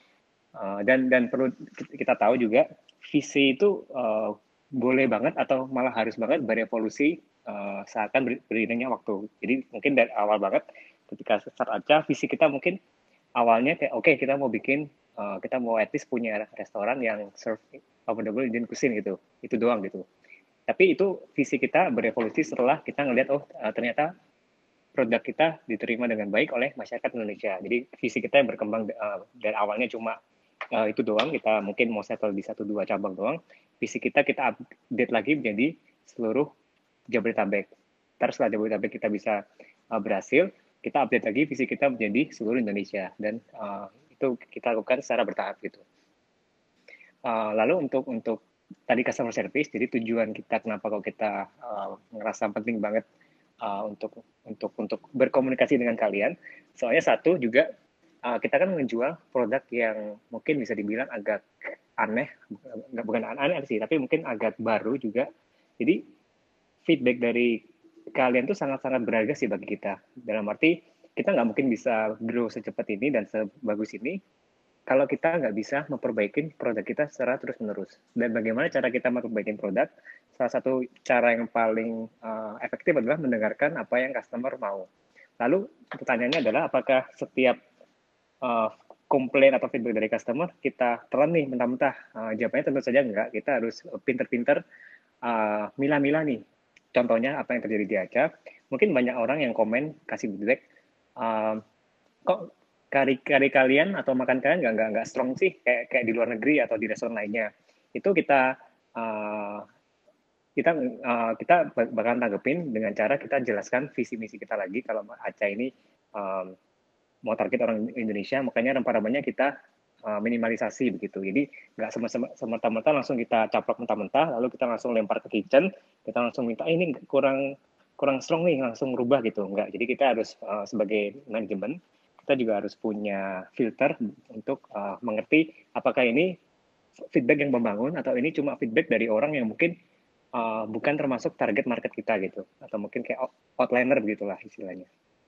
Dan perlu kita tahu juga visi itu boleh banget atau malah harus banget berevolusi seakan beriringnya waktu. Jadi mungkin dari awal banget ketika start aja visi kita mungkin awalnya kayak oke, kita mau bikin kita mau at least punya restoran yang serve affordable Indian cuisine gitu, itu doang gitu. Tapi itu visi kita berevolusi setelah kita ngelihat ternyata produk kita diterima dengan baik oleh masyarakat Indonesia. Jadi visi kita yang berkembang dari awalnya cuma itu doang, kita mungkin mau settle di 1-2 cabang doang. Visi kita update lagi menjadi seluruh Jabodetabek. Terus setelah Jabodetabek kita bisa berhasil, kita update lagi visi kita menjadi seluruh Indonesia, dan itu kita lakukan secara bertahap gitu. Lalu untuk tadi customer service, jadi tujuan kita kenapa kalau kita ngerasa penting banget untuk berkomunikasi dengan kalian, soalnya satu juga kita kan menjual produk yang mungkin bisa dibilang agak aneh, bukan aneh sih, tapi mungkin agak baru juga. Jadi feedback dari kalian tuh sangat-sangat berharga sih bagi kita. Dalam arti kita nggak mungkin bisa grow secepat ini dan sebagus ini kalau kita nggak bisa memperbaiki produk kita secara terus-menerus. Dan bagaimana cara kita memperbaiki produk? Salah satu cara yang paling efektif adalah mendengarkan apa yang customer mau. Lalu pertanyaannya adalah apakah setiap komplain atau feedback dari customer kita telan nih mentah-mentah? Jawabannya tentu saja enggak. Kita harus pinter-pinter milah-milah nih. Contohnya apa yang terjadi di Aca, mungkin banyak orang yang komen kasih feedback, kok kari kalian atau makan kalian nggak strong sih kayak di luar negeri atau di restoran lainnya. Itu kita bakalan tanggepin dengan cara kita jelaskan visi misi kita lagi. Kalau Aca ini mau target orang Indonesia, makanya rempah-rempahnya kita minimalisasi begitu. Jadi nggak semerta-merta langsung kita caplok mentah-mentah, lalu kita langsung lempar ke kitchen, kita langsung minta ini kurang strong nih, langsung rubah gitu. Enggak. Jadi kita harus sebagai manajemen, kita juga harus punya filter untuk mengerti apakah ini feedback yang membangun atau ini cuma feedback dari orang yang mungkin bukan termasuk target market kita gitu, atau mungkin kayak outliner begitulah istilahnya.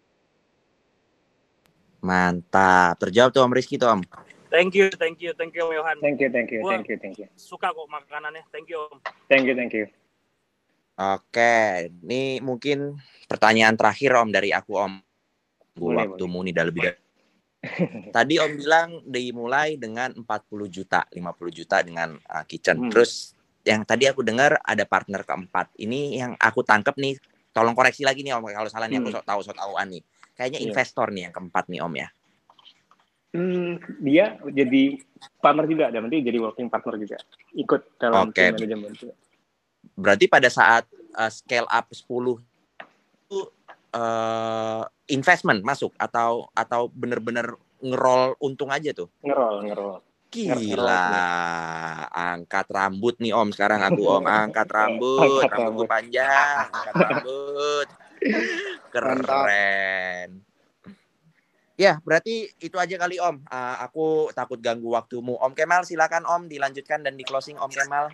Mantap, terjawab tuh Om Rizky tuh Om. Thank you Om Yohan. Thank you. Suka kok makanannya. Thank you Om. Thank you. Oke, ini mungkin pertanyaan terakhir Om dari aku Om. Waktumu nih udah lebih dari. Tadi Om bilang dimulai dengan 40 juta, 50 juta dengan kitchen. Terus yang tadi aku dengar ada partner keempat. Ini yang aku tangkap nih, tolong koreksi lagi nih Om kalau salah nih, aku sok tahuan nih. Kayaknya investor nih yang keempat nih Om ya. Dia jadi partner juga, dan nanti jadi working partner juga, ikut dalam Oke. tim manajemen juga. Berarti pada saat scale up 10 itu investment masuk atau bener-bener ngerol untung aja tuh? Ngerol. Gila, angkat rambut nih Om sekarang aku Om, angkat rambut, rambutku panjang, angkat rambut. Keren. Ya, berarti itu aja kali Om. Aku takut ganggu waktumu. Om Kemal silakan Om dilanjutkan dan di closing Om Kemal.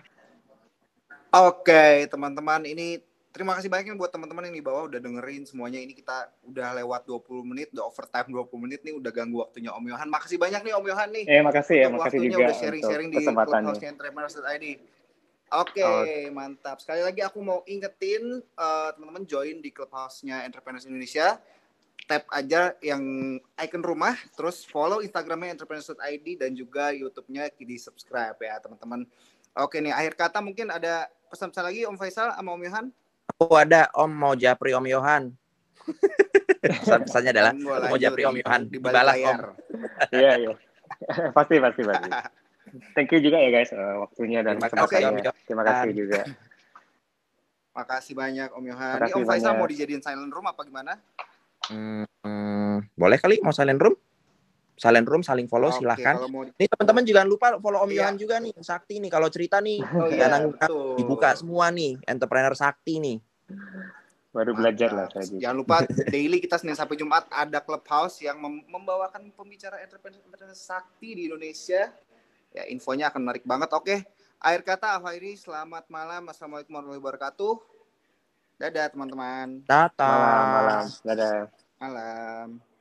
Oke, teman-teman, ini terima kasih banyak buat teman-teman yang di bawah udah dengerin semuanya. Ini kita udah lewat 20 menit, udah overtime 20 menit nih, udah ganggu waktunya Om Yohan. Makasih banyak nih Om Yohan nih. Makasih untuk makasih waktunya juga udah sharing-sharing di Clubhouse-nya Entrepreneurs.id. Oke, mantap. Sekali lagi aku mau ingetin teman-teman join di Clubhouse-nya Entrepreneurs Indonesia. Tap aja yang icon rumah, terus follow Instagramnya Entrepreneurs.id dan juga YouTube-nya di subscribe ya teman-teman. Oke nih, akhir kata mungkin ada pesan-pesan lagi Om Faisal sama Om Yohan? Aku ada Om mau japri Om Yohan. Pesan-pesannya adalah mau japri Om Yohan dibalas Om. Iya. Pasti. Thank you juga ya guys waktunya dan kesempatannya. Terima kasih juga. Makasih banyak Om Yohan. Ini Om Faisal mau dijadiin silent room apa gimana? Boleh kali mau silent room? Silent room saling follow silahkan. Nih teman-teman jangan lupa follow Om Yohan juga nih, Sakti nih kalau cerita nih. Dibuka semua nih, entrepreneur Sakti nih. Baru belajar lah saya juga. Jangan lupa daily kita Senin sampai Jumat ada Clubhouse yang membawakan pembicara entrepreneur Sakti di Indonesia. Ya infonya akan menarik banget. Oke, akhir kata Afairi, selamat malam. Assalamualaikum warahmatullahi wabarakatuh. Dadah teman-teman. Malam. Dadah. Malam.